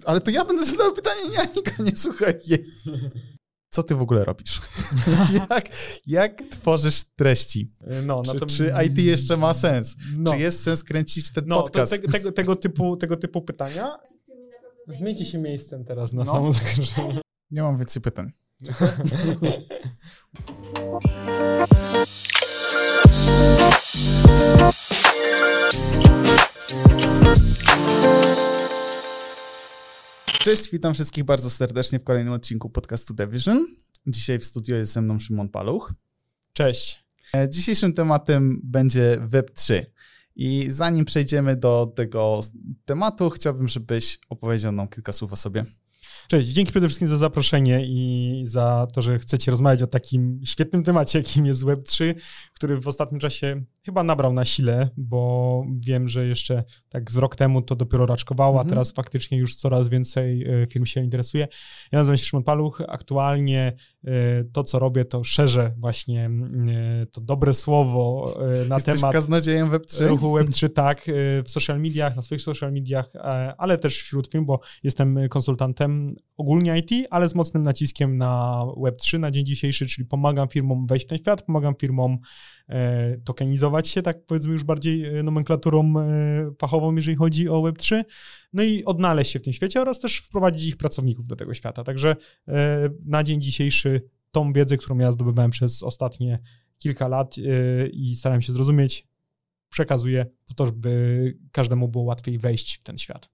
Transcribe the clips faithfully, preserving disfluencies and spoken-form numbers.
Ale to ja będę zadał pytanie, nie Anika, nie słuchaj jej. Co ty w ogóle robisz? jak, jak tworzysz treści? No, czy, no to... czy I T jeszcze ma sens? No. Czy jest sens kręcić ten no, podcast? No, te, tego, tego, typu, tego typu pytania. Zmieńcie się miejscem teraz na no. samo zakończenie. Nie mam więcej pytań. Cześć, witam wszystkich bardzo serdecznie w kolejnym odcinku podcastu The Vision. Dzisiaj w studiu jest ze mną Szymon Paluch. Cześć. Dzisiejszym tematem będzie web trzy. I zanim przejdziemy do tego tematu, chciałbym, żebyś opowiedział nam kilka słów o sobie. Cześć, dzięki przede wszystkim za zaproszenie i za to, że chcecie rozmawiać o takim świetnym temacie, jakim jest web trzy, który w ostatnim czasie chyba nabrał na sile, bo wiem, że jeszcze tak z rok temu to dopiero raczkowało, mm-hmm. a teraz faktycznie już coraz więcej firm się interesuje. Ja nazywam się Szymon Paluch, aktualnie to, co robię, to szerzę właśnie to dobre słowo na Jesteś temat kaznodziejem web trzy? Ruchu web trzy, tak, w social mediach, na swoich social mediach, ale też wśród firm, bo jestem konsultantem ogólnie I T, ale z mocnym naciskiem na web trzy na dzień dzisiejszy, czyli pomagam firmom wejść w ten świat, pomagam firmom e, tokenizować się, tak powiedzmy już bardziej nomenklaturą e, fachową, jeżeli chodzi o web trzy, no i odnaleźć się w tym świecie oraz też wprowadzić ich pracowników do tego świata. Także e, na dzień dzisiejszy tą wiedzę, którą ja zdobywałem przez ostatnie kilka lat e, i starałem się zrozumieć, przekazuję po to, żeby każdemu było łatwiej wejść w ten świat.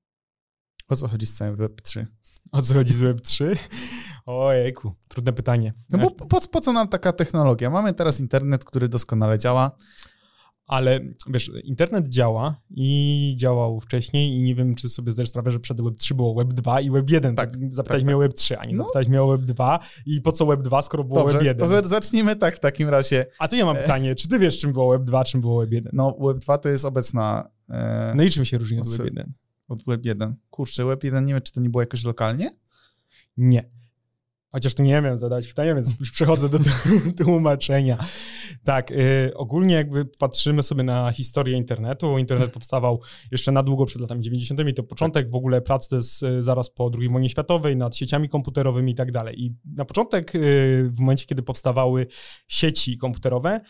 O co chodzi z całym web trzy? O co chodzi z web trzy? Ojejku, trudne pytanie. No bo po, po co nam taka technologia? Mamy teraz internet, który doskonale działa. Ale wiesz, internet działa i działał wcześniej i nie wiem, czy sobie zdajesz sprawę, że przed web trzy było web dwa i web jeden. Tak, zapytałeś tak, mnie tak. o web trzy, a nie no. zapytałeś mnie o web dwa i po co web dwa, skoro było Dobrze, web jeden. To zacznijmy tak w takim razie. A tu ja mam pytanie, czy ty wiesz, czym było web dwa, czym było web jeden? No web dwa to jest obecna... E... No i czym się różni od web jeden? Od web jeden. Kurczę, web jeden, nie wiem, czy to nie było jakoś lokalnie? Nie. Chociaż tu nie wiem zadać pytania, więc już przechodzę do tłumaczenia. Tak, y, ogólnie jakby patrzymy sobie na historię internetu. Internet powstawał jeszcze na długo przed latami dziewięćdziesiątymi. To początek w ogóle pracy to jest y, zaraz po drugiej wojnie światowej nad sieciami komputerowymi i tak dalej. I na początek, y, w momencie, kiedy powstawały sieci komputerowe,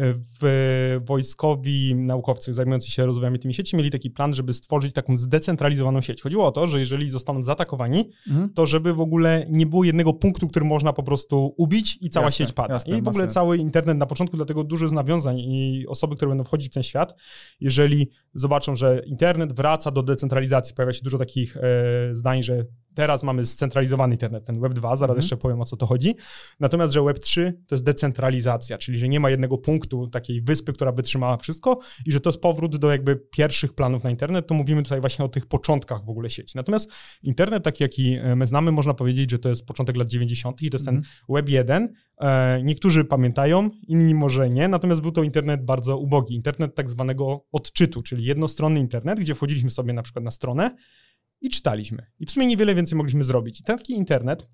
w wojskowi naukowcy zajmujący się rozwojem tymi sieci mieli taki plan, żeby stworzyć taką zdecentralizowaną sieć. Chodziło o to, że jeżeli zostaną zaatakowani, mhm. to żeby w ogóle nie było jednego punktu, który można po prostu ubić i cała jasne, sieć pada. Jasne, I w ogóle sens. Cały internet na początku, dlatego dużo jest nawiązań i osoby, które będą wchodzić w ten świat, jeżeli zobaczą, że internet wraca do decentralizacji, pojawia się dużo takich e, zdań, że teraz mamy scentralizowany internet, ten web dwa, zaraz mm. jeszcze powiem, o co to chodzi. Natomiast, że web trzy to jest decentralizacja, czyli że nie ma jednego punktu, takiej wyspy, która by trzymała wszystko i że to jest powrót do jakby pierwszych planów na internet, to mówimy tutaj właśnie o tych początkach w ogóle sieci. Natomiast internet taki, jaki my znamy, można powiedzieć, że to jest początek lat dziewięćdziesiątych i to jest mm. ten web jeden. E, niektórzy pamiętają, inni może nie, natomiast był to internet bardzo ubogi. Internet tak zwanego odczytu, czyli jednostronny internet, gdzie wchodziliśmy sobie na przykład na stronę i czytaliśmy. I w sumie niewiele więcej mogliśmy zrobić. I taki internet,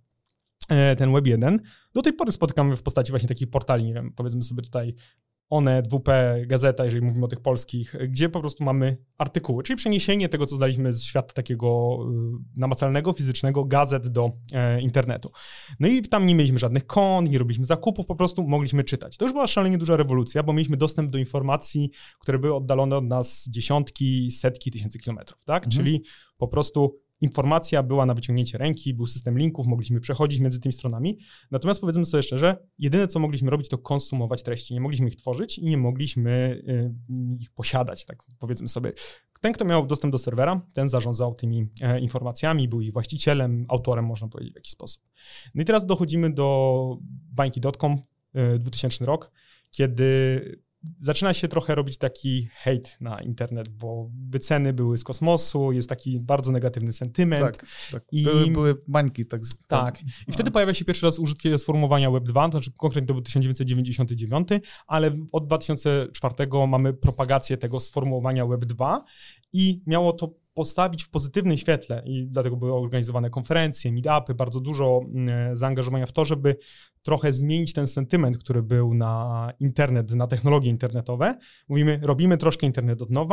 ten web jeden, do tej pory spotykamy w postaci właśnie takich portali, nie wiem, powiedzmy sobie tutaj Onet, W P, Gazeta, jeżeli mówimy o tych polskich, gdzie po prostu mamy artykuły, czyli przeniesienie tego, co znaliśmy z świata takiego namacalnego, fizycznego, gazet do e, internetu. No i tam nie mieliśmy żadnych kont, nie robiliśmy zakupów, po prostu mogliśmy czytać. To już była szalenie duża rewolucja, bo mieliśmy dostęp do informacji, które były oddalone od nas dziesiątki, setki tysięcy kilometrów, tak? Mhm. Czyli po prostu informacja była na wyciągnięcie ręki, był system linków, mogliśmy przechodzić między tymi stronami. Natomiast powiedzmy sobie szczerze, jedyne co mogliśmy robić to konsumować treści. Nie mogliśmy ich tworzyć i nie mogliśmy y, ich posiadać, tak powiedzmy sobie. Ten, kto miał dostęp do serwera, ten zarządzał tymi e, informacjami, był ich właścicielem, autorem, można powiedzieć w jakiś sposób. No i teraz dochodzimy do bańki kropka com, y, dwutysięczny rok, kiedy zaczyna się trochę robić taki hejt na internet, bo wyceny były z kosmosu, jest taki bardzo negatywny sentyment. Tak, tak. I były, były bańki. Tak. Tak. I wtedy pojawia się pierwszy raz użycie sformułowania web dwa, to znaczy konkretnie to był tysiąc dziewięćset dziewięćdziesiąty dziewiąty, ale od dwa tysiące czwartego mamy propagację tego sformułowania web dwa i miało to postawić w pozytywnym świetle i dlatego były organizowane konferencje, meetupy, bardzo dużo zaangażowania w to, żeby trochę zmienić ten sentyment, który był na internet, na technologie internetowe. Mówimy, robimy troszkę internet od nowa,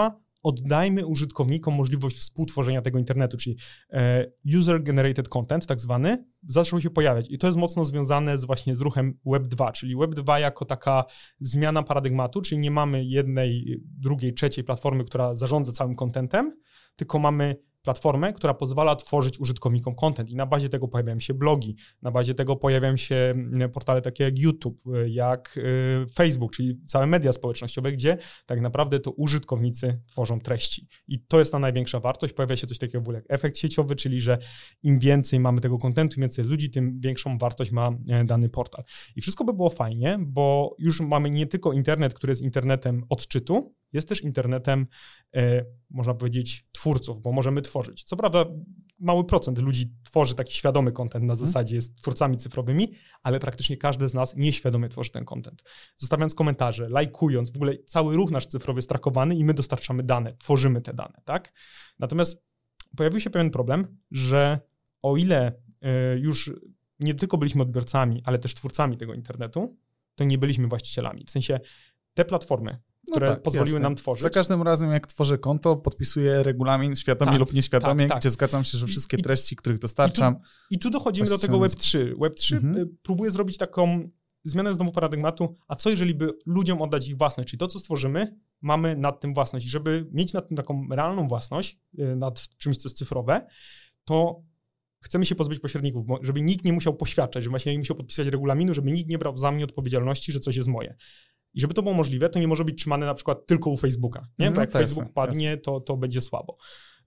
oddajmy użytkownikom możliwość współtworzenia tego internetu, czyli user-generated content tak zwany, zaczął się pojawiać. I to jest mocno związane z właśnie z ruchem web dwa, czyli web dwa jako taka zmiana paradygmatu, czyli nie mamy jednej, drugiej, trzeciej platformy, która zarządza całym contentem, tylko mamy platformę, która pozwala tworzyć użytkownikom content i na bazie tego pojawiają się blogi, na bazie tego pojawiają się portale takie jak YouTube, jak Facebook, czyli całe media społecznościowe, gdzie tak naprawdę to użytkownicy tworzą treści. I to jest ta największa wartość. Pojawia się coś takiego w ogóle jak efekt sieciowy, czyli że im więcej mamy tego contentu, im więcej jest ludzi, tym większą wartość ma dany portal. I wszystko by było fajnie, bo już mamy nie tylko internet, który jest internetem odczytu, jest też internetem, e, można powiedzieć, twórców, bo możemy tworzyć. Co prawda mały procent ludzi tworzy taki świadomy content na zasadzie, jest twórcami cyfrowymi, ale praktycznie każdy z nas nieświadomie tworzy ten content. Zostawiając komentarze, lajkując, w ogóle cały ruch nasz cyfrowy jest trackowany i my dostarczamy dane, tworzymy te dane, tak? Natomiast pojawił się pewien problem, że o ile e, już nie tylko byliśmy odbiorcami, ale też twórcami tego internetu, to nie byliśmy właścicielami. W sensie te platformy, które no tak, pozwoliły jasne. nam tworzyć. Za każdym razem, jak tworzę konto, podpisuję regulamin świadomie tak, lub nieświadomie, tak, tak. gdzie zgadzam się, że wszystkie I, treści, których dostarczam... I tu, i tu dochodzimy do tego web trzy. web trzy mhm. próbuje zrobić taką zmianę znowu paradygmatu, a co jeżeli by ludziom oddać ich własność, czyli to, co stworzymy, mamy nad tym własność. I żeby mieć nad tym taką realną własność, nad czymś, co jest cyfrowe, to chcemy się pozbyć pośredników, bo żeby nikt nie musiał poświadczać, że właśnie nie musiał podpisać regulaminu, żeby nikt nie brał za mnie odpowiedzialności, że coś jest moje. I żeby to było możliwe, to nie może być trzymane na przykład tylko u Facebooka, nie? Bo jak no, Facebook padnie, to, to będzie słabo.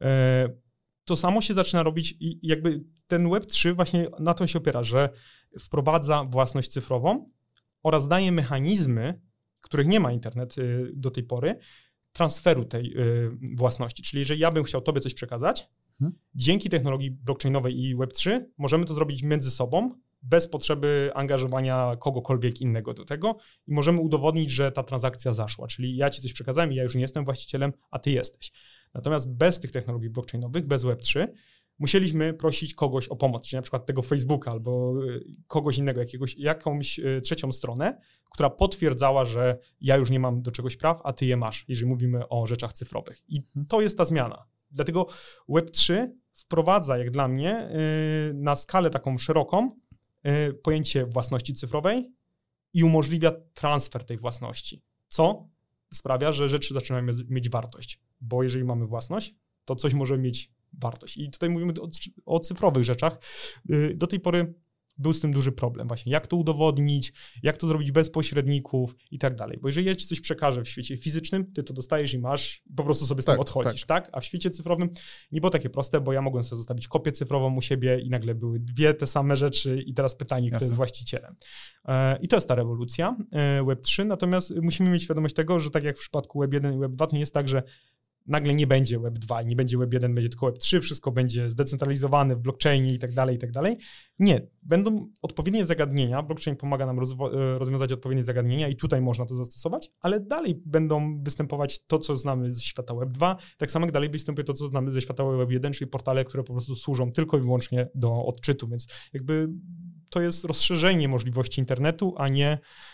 E, to samo się zaczyna robić i jakby ten web trzy właśnie na to się opiera, że wprowadza własność cyfrową oraz daje mechanizmy, których nie ma internet y, do tej pory, transferu tej y, własności. Czyli jeżeli ja bym chciał tobie coś przekazać, hmm. dzięki technologii blockchainowej i web trzy możemy to zrobić między sobą, bez potrzeby angażowania kogokolwiek innego do tego i możemy udowodnić, że ta transakcja zaszła, czyli ja ci coś przekazałem i ja już nie jestem właścicielem, a ty jesteś. Natomiast bez tych technologii blockchainowych, bez web trzy, musieliśmy prosić kogoś o pomoc, czyli na przykład tego Facebooka albo kogoś innego, jakiegoś, jakąś trzecią stronę, która potwierdzała, że ja już nie mam do czegoś praw, a ty je masz, jeżeli mówimy o rzeczach cyfrowych. I to jest ta zmiana. Dlatego web trzy wprowadza, jak dla mnie, na skalę taką szeroką, pojęcie własności cyfrowej i umożliwia transfer tej własności, co sprawia, że rzeczy zaczynają mieć wartość, bo jeżeli mamy własność, to coś może mieć wartość. I tutaj mówimy o, o cyfrowych rzeczach. Do tej pory był z tym duży problem właśnie, jak to udowodnić, jak to zrobić bez pośredników i tak dalej. Bo jeżeli ja ci coś przekażę w świecie fizycznym, ty to dostajesz i masz i po prostu sobie z tak, tym odchodzisz, tak. tak? A w świecie cyfrowym nie było takie proste, bo ja mogłem sobie zostawić kopię cyfrową u siebie i nagle były dwie te same rzeczy i teraz pytanie, Jasne. kto jest właścicielem. I to jest ta rewolucja web trzy, natomiast musimy mieć świadomość tego, że tak jak w przypadku web jeden i web dwa, to nie jest tak, że nagle nie będzie web dwa, nie będzie web jeden, będzie tylko web trzy, wszystko będzie zdecentralizowane w blockchainie i tak dalej, i tak dalej. Nie, będą odpowiednie zagadnienia, blockchain pomaga nam rozwo- rozwiązać odpowiednie zagadnienia i tutaj można to zastosować, ale dalej będą występować to, co znamy ze świata web dwa, tak samo jak dalej występuje to, co znamy ze świata web jeden, czyli portale, które po prostu służą tylko i wyłącznie do odczytu, więc jakby to jest rozszerzenie możliwości internetu, a nie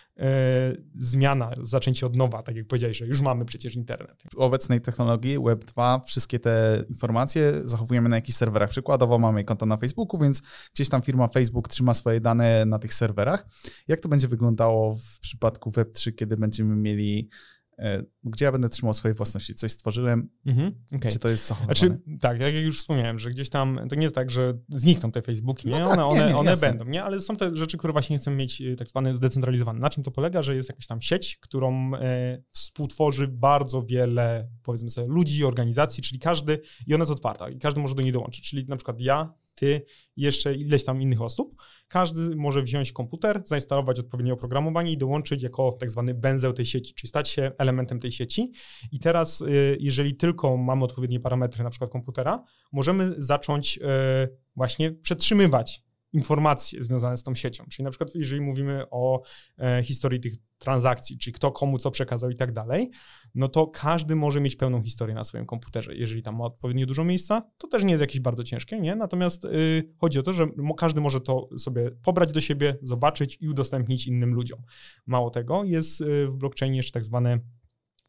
e, zmiana, zaczęcie od nowa, tak jak powiedziałeś, że już mamy przecież internet. W obecnej technologii web dwa wszystkie te informacje zachowujemy na jakichś serwerach. Przykładowo mamy konto na Facebooku, więc gdzieś tam firma Facebook trzyma swoje dane na tych serwerach. Jak to będzie wyglądało w przypadku web trzy, kiedy będziemy mieli gdzie ja będę trzymał swojej własności, coś stworzyłem, mhm, okay. Czy to jest zachowane? Znaczy, tak, jak już wspomniałem, że gdzieś tam, to nie jest tak, że znikną te Facebooki, nie? No tak, one, nie, nie, one, one będą, nie? Ale są te rzeczy, które właśnie chcemy mieć tak zwane zdecentralizowane. Na czym to polega? Że jest jakaś tam sieć, którą e, współtworzy bardzo wiele, powiedzmy sobie, ludzi, organizacji, czyli każdy, i ona jest otwarta i każdy może do niej dołączyć, czyli na przykład ja, ty i jeszcze ileś tam innych osób. Każdy może wziąć komputer, zainstalować odpowiednie oprogramowanie i dołączyć jako tak zwany węzeł tej sieci, czyli stać się elementem tej sieci. I teraz, jeżeli tylko mamy odpowiednie parametry na przykład komputera, możemy zacząć właśnie przetrzymywać informacje związane z tą siecią. Czyli na przykład jeżeli mówimy o e, historii tych transakcji, czyli kto komu co przekazał i tak dalej, no to każdy może mieć pełną historię na swoim komputerze. Jeżeli tam ma odpowiednio dużo miejsca, to też nie jest jakieś bardzo ciężkie, nie? Natomiast y, chodzi o to, że mo, każdy może to sobie pobrać do siebie, zobaczyć i udostępnić innym ludziom. Mało tego, jest y, w blockchainie jeszcze tak zwane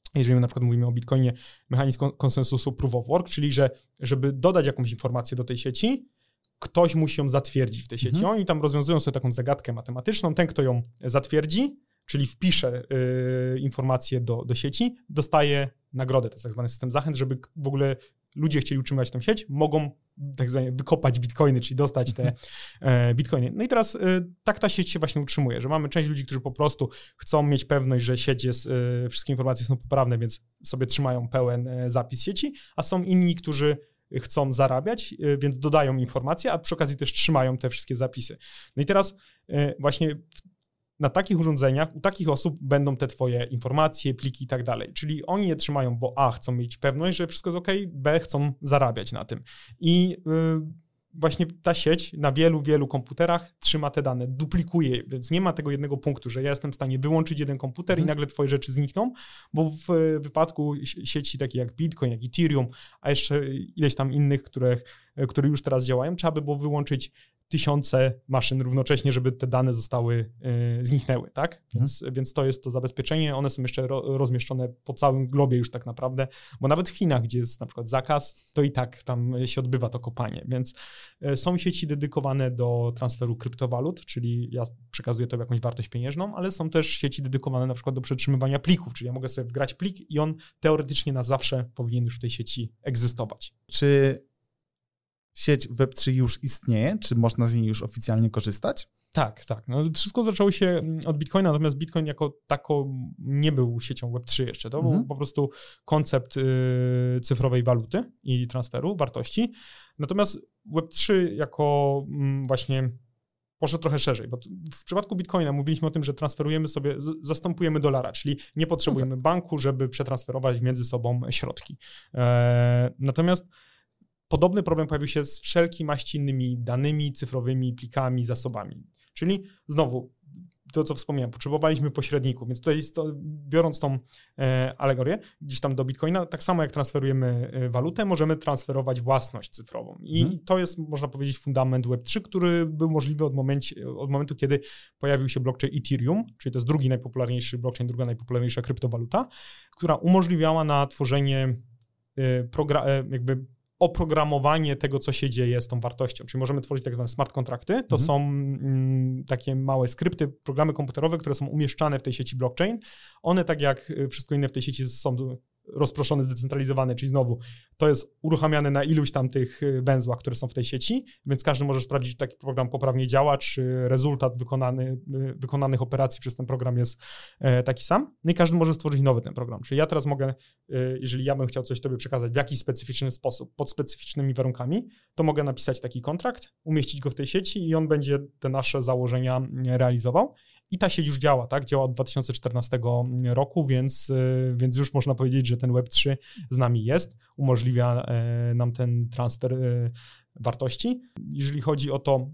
jeżeli na przykład mówimy o Bitcoinie, mechanizm konsensusu proof of work, czyli że żeby dodać jakąś informację do tej sieci, ktoś musi ją zatwierdzić w tej sieci. Mhm. Oni tam rozwiązują sobie taką zagadkę matematyczną. Ten, kto ją zatwierdzi, czyli wpisze y, informację do, do sieci, dostaje nagrodę. To jest tak zwany system zachęt, żeby w ogóle ludzie chcieli utrzymywać tę sieć, mogą tak zwane wykopać bitcoiny, czyli dostać te e, bitcoiny. No i teraz e, tak ta sieć się właśnie utrzymuje, że mamy część ludzi, którzy po prostu chcą mieć pewność, że sieć jest, e, wszystkie informacje są poprawne, więc sobie trzymają pełen e, zapis sieci, a są inni, którzy chcą zarabiać, e, więc dodają informacje, a przy okazji też trzymają te wszystkie zapisy. No i teraz e, właśnie w, na takich urządzeniach, u takich osób będą te twoje informacje, pliki i tak dalej. Czyli oni je trzymają, bo A, chcą mieć pewność, że wszystko jest ok, B, chcą zarabiać na tym. I yy, właśnie ta sieć na wielu, wielu komputerach trzyma te dane, duplikuje je, więc nie ma tego jednego punktu, że ja jestem w stanie wyłączyć jeden komputer hmm. i nagle twoje rzeczy znikną, bo w wypadku sieci takie jak Bitcoin, jak Ethereum, a jeszcze ileś tam innych, które, które już teraz działają, trzeba by było wyłączyć tysiące maszyn równocześnie, żeby te dane zostały, y, zniknęły, tak? Mhm. Więc, więc to jest to zabezpieczenie. One są jeszcze ro, rozmieszczone po całym globie już tak naprawdę, bo nawet w Chinach, gdzie jest na przykład zakaz, to i tak tam się odbywa to kopanie, więc y, są sieci dedykowane do transferu kryptowalut, czyli ja przekazuję to w jakąś wartość pieniężną, ale są też sieci dedykowane na przykład do przetrzymywania plików, czyli ja mogę sobie wgrać plik i on teoretycznie na zawsze powinien już w tej sieci egzystować. Czy sieć web trzy już istnieje? Czy można z niej już oficjalnie korzystać? Tak, tak. No, wszystko zaczęło się od Bitcoina, natomiast Bitcoin jako tako nie był siecią web trzy jeszcze. To mhm. był po prostu koncept y, cyfrowej waluty i transferu wartości. Natomiast web trzy jako mm, właśnie poszedł trochę szerzej, bo w przypadku Bitcoina mówiliśmy o tym, że transferujemy sobie, zastępujemy dolara, czyli nie potrzebujemy no tak. banku, żeby przetransferować między sobą środki. E, natomiast podobny problem pojawił się z wszelkimi maści innymi danymi, cyfrowymi, plikami, zasobami. Czyli znowu, to co wspomniałem, potrzebowaliśmy pośredników, więc tutaj to, biorąc tą e, alegorię gdzieś tam do Bitcoina, tak samo jak transferujemy e, walutę, możemy transferować własność cyfrową. I hmm. to jest, można powiedzieć, fundament web trzy, który był możliwy od, momencie, od momentu, kiedy pojawił się blockchain Ethereum, czyli to jest drugi najpopularniejszy blockchain, druga najpopularniejsza kryptowaluta, która umożliwiała na tworzenie e, progra- e, jakby oprogramowanie tego, co się dzieje z tą wartością. Czyli możemy tworzyć tak zwane smart kontrakty. To mhm. są mm, takie małe skrypty, programy komputerowe, które są umieszczane w tej sieci blockchain. One, tak jak wszystko inne w tej sieci, są rozproszone, zdecentralizowane, czyli znowu to jest uruchamiane na iluś tam tych węzłach, które są w tej sieci, więc każdy może sprawdzić, czy taki program poprawnie działa, czy rezultat wykonany, wykonanych operacji przez ten program jest taki sam. No i każdy może stworzyć nowy ten program. Czyli ja teraz mogę, jeżeli ja bym chciał coś tobie przekazać w jakiś specyficzny sposób, pod specyficznymi warunkami, to mogę napisać taki kontrakt, umieścić go w tej sieci i on będzie te nasze założenia realizował. I ta sieć już działa, tak? Działa od dwa tysiące czternastego roku, więc, więc już można powiedzieć, że ten web trzy z nami jest, umożliwia nam ten transfer wartości. Jeżeli chodzi o to,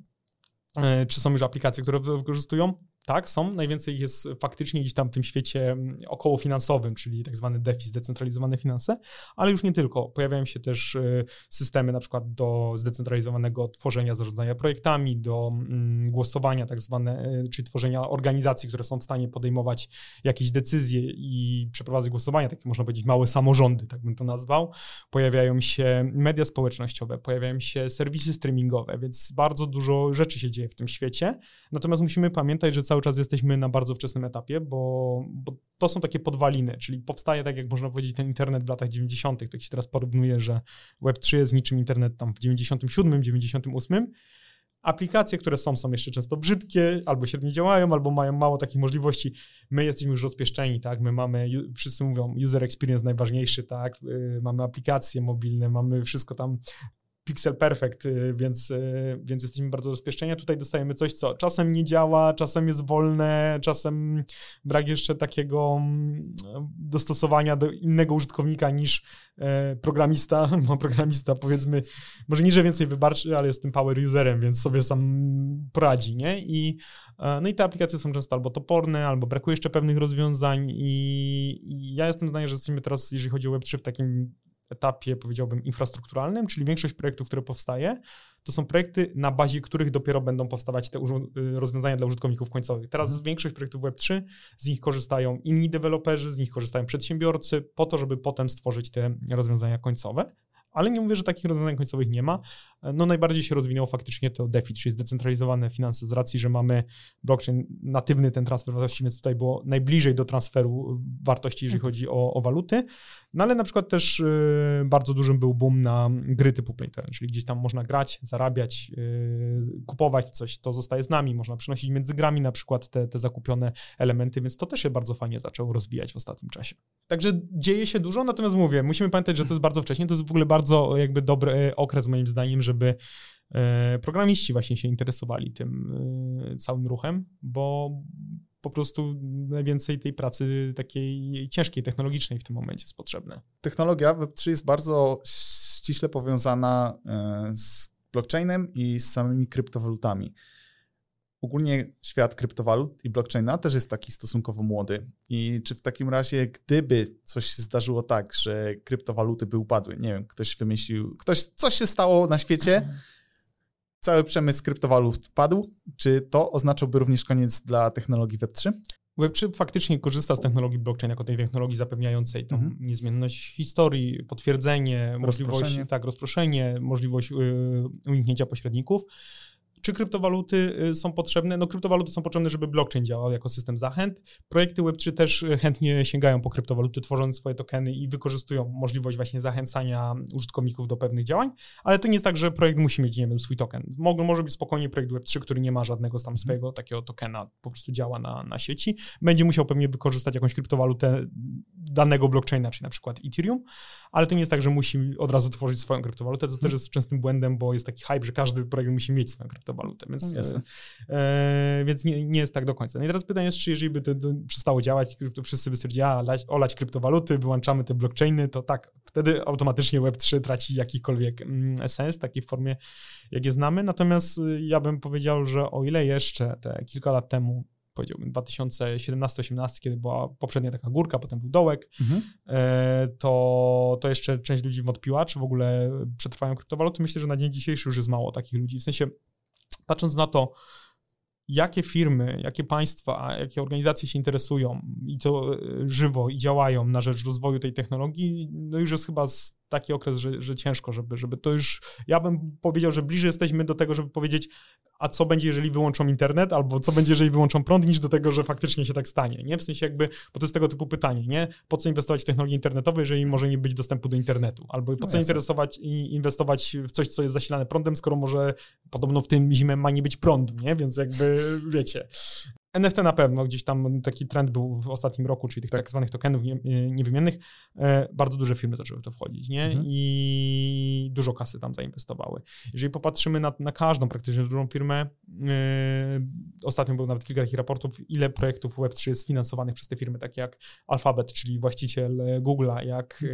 czy są już aplikacje, które to wykorzystują, tak, są. Najwięcej ich jest faktycznie gdzieś tam w tym świecie okołofinansowym, czyli tak zwany D E F I, zdecentralizowane finanse, ale już nie tylko. Pojawiają się też systemy na przykład do zdecentralizowanego tworzenia, zarządzania projektami, do głosowania tak zwane, czyli tworzenia organizacji, które są w stanie podejmować jakieś decyzje i przeprowadzać głosowania, takie można powiedzieć małe samorządy, tak bym to nazwał. Pojawiają się media społecznościowe, pojawiają się serwisy streamingowe, więc bardzo dużo rzeczy się dzieje w tym świecie. Natomiast musimy pamiętać, że cały czas jesteśmy na bardzo wczesnym etapie, bo, bo to są takie podwaliny, czyli powstaje, tak jak można powiedzieć, ten internet w latach dziewięćdziesiątych. Tak się teraz porównuje, że web trzy jest niczym internet tam w dziewięćdziesiątym siódmym, dziewięćdziesiątym ósmym. Aplikacje, które są, są jeszcze często brzydkie, albo średnio działają, albo mają mało takich możliwości. My jesteśmy już rozpieszczeni, tak? My mamy, wszyscy mówią, user experience najważniejszy, tak? Yy, mamy aplikacje mobilne, mamy wszystko tam pixel perfect, więc, więc jesteśmy bardzo rozpieszczeni. Tutaj dostajemy coś, co czasem nie działa, czasem jest wolne, czasem brak jeszcze takiego dostosowania do innego użytkownika niż programista, bo programista, powiedzmy, może nie, że więcej wybaczy, ale jest tym power userem, więc sobie sam poradzi, nie? I, no i te aplikacje są często albo toporne, albo brakuje jeszcze pewnych rozwiązań i, i ja jestem zdania, że jesteśmy teraz, jeżeli chodzi o web trzy, w takim etapie, powiedziałbym, infrastrukturalnym, czyli większość projektów, które powstaje, to są projekty, na bazie których dopiero będą powstawać te rozwiązania dla użytkowników końcowych. Teraz mhm. większość projektów web trzy, z nich korzystają inni deweloperzy, z nich korzystają przedsiębiorcy, po to, żeby potem stworzyć te rozwiązania końcowe. Ale nie mówię, że takich rozwiązań końcowych nie ma. No najbardziej się rozwinęło faktycznie to DeFi, czyli zdecentralizowane finanse, z racji, że mamy blockchain natywny, ten transfer wartości, więc tutaj było najbliżej do transferu wartości, jeżeli chodzi o, o waluty. No ale na przykład też y, bardzo dużym był boom na gry typu play to earn, czyli gdzieś tam można grać, zarabiać, y, kupować coś, to zostaje z nami, można przynosić między grami na przykład te, te zakupione elementy, więc to też się bardzo fajnie zaczęło rozwijać w ostatnim czasie. Także dzieje się dużo, natomiast mówię, musimy pamiętać, że to jest bardzo wcześnie, to jest w ogóle bardzo jakby dobry okres moim zdaniem, żeby e, programiści właśnie się interesowali tym e, całym ruchem, bo po prostu najwięcej tej pracy takiej ciężkiej, technologicznej w tym momencie jest potrzebne. Technologia web trzy jest bardzo ściśle powiązana e, z blockchainem i z samymi kryptowalutami. Ogólnie świat kryptowalut i blockchaina też jest taki stosunkowo młody. I czy w takim razie, gdyby coś się zdarzyło tak, że kryptowaluty by upadły, nie wiem, ktoś wymyślił, ktoś, coś się stało na świecie, cały przemysł kryptowalut padł, czy to oznaczałby również koniec dla technologii web trzy? web trzy faktycznie korzysta z technologii blockchain jako tej technologii zapewniającej tą mhm. niezmienność historii, potwierdzenie, możliwość, tak, rozproszenie, możliwość yy, uniknięcia pośredników. Czy kryptowaluty są potrzebne? No kryptowaluty są potrzebne, żeby blockchain działał jako system zachęt. Projekty web trzy też chętnie sięgają po kryptowaluty, tworząc swoje tokeny i wykorzystują możliwość właśnie zachęcania użytkowników do pewnych działań, ale to nie jest tak, że projekt musi mieć, nie wiem, swój token. Może, może być spokojnie projekt web trzy, który nie ma żadnego tam swojego takiego tokena, po prostu działa na, na sieci. Będzie musiał pewnie wykorzystać jakąś kryptowalutę danego blockchaina, czyli na przykład Ethereum, ale to nie jest tak, że musi od razu tworzyć swoją kryptowalutę. To też jest częstym błędem, bo jest taki hype, że każdy projekt musi mieć swoją kryptowalutę, więc, no, e, więc nie, nie jest tak do końca. No i teraz pytanie jest, czy jeżeli by to, to przestało działać, to wszyscy by stwierdzili, a lać, olać kryptowaluty, wyłączamy te blockchainy, to tak, wtedy automatycznie web trzy traci jakikolwiek mm, sens, takiej formie, jak je znamy. Natomiast ja bym powiedział, że o ile jeszcze te kilka lat temu, powiedziałbym dwa tysiące siedemnasty osiemnasty, kiedy była poprzednia taka górka, potem był dołek, mhm. to, to jeszcze część ludzi wątpiła, czy w ogóle przetrwają kryptowaluty. Myślę, że na dzień dzisiejszy już jest mało takich ludzi. W sensie, patrząc na to, jakie firmy, jakie państwa, jakie organizacje się interesują i to żywo i działają na rzecz rozwoju tej technologii, no już jest chyba taki okres, że, że ciężko, żeby, żeby to już, ja bym powiedział, że bliżej jesteśmy do tego, żeby powiedzieć, a co będzie, jeżeli wyłączą internet, albo co będzie, jeżeli wyłączą prąd, niż do tego, że faktycznie się tak stanie, nie? W sensie jakby, bo to jest tego typu pytanie, nie? Po co inwestować w technologie internetowe, jeżeli może nie być dostępu do internetu? Albo po co no interesować i inwestować w coś, co jest zasilane prądem, skoro może podobno w tym zimę ma nie być prądu, nie? Więc jakby, wiecie... N F T na pewno, gdzieś tam taki trend był w ostatnim roku, czyli tych tak, tak zwanych tokenów nie, niewymiennych, e, bardzo duże firmy zaczęły w to wchodzić, nie? Mhm. I dużo kasy tam zainwestowały. Jeżeli popatrzymy na, na każdą praktycznie dużą firmę, e, ostatnio było nawet kilka takich raportów, ile projektów web trzy jest finansowanych przez te firmy, takie jak Alphabet, czyli właściciel Google'a, jak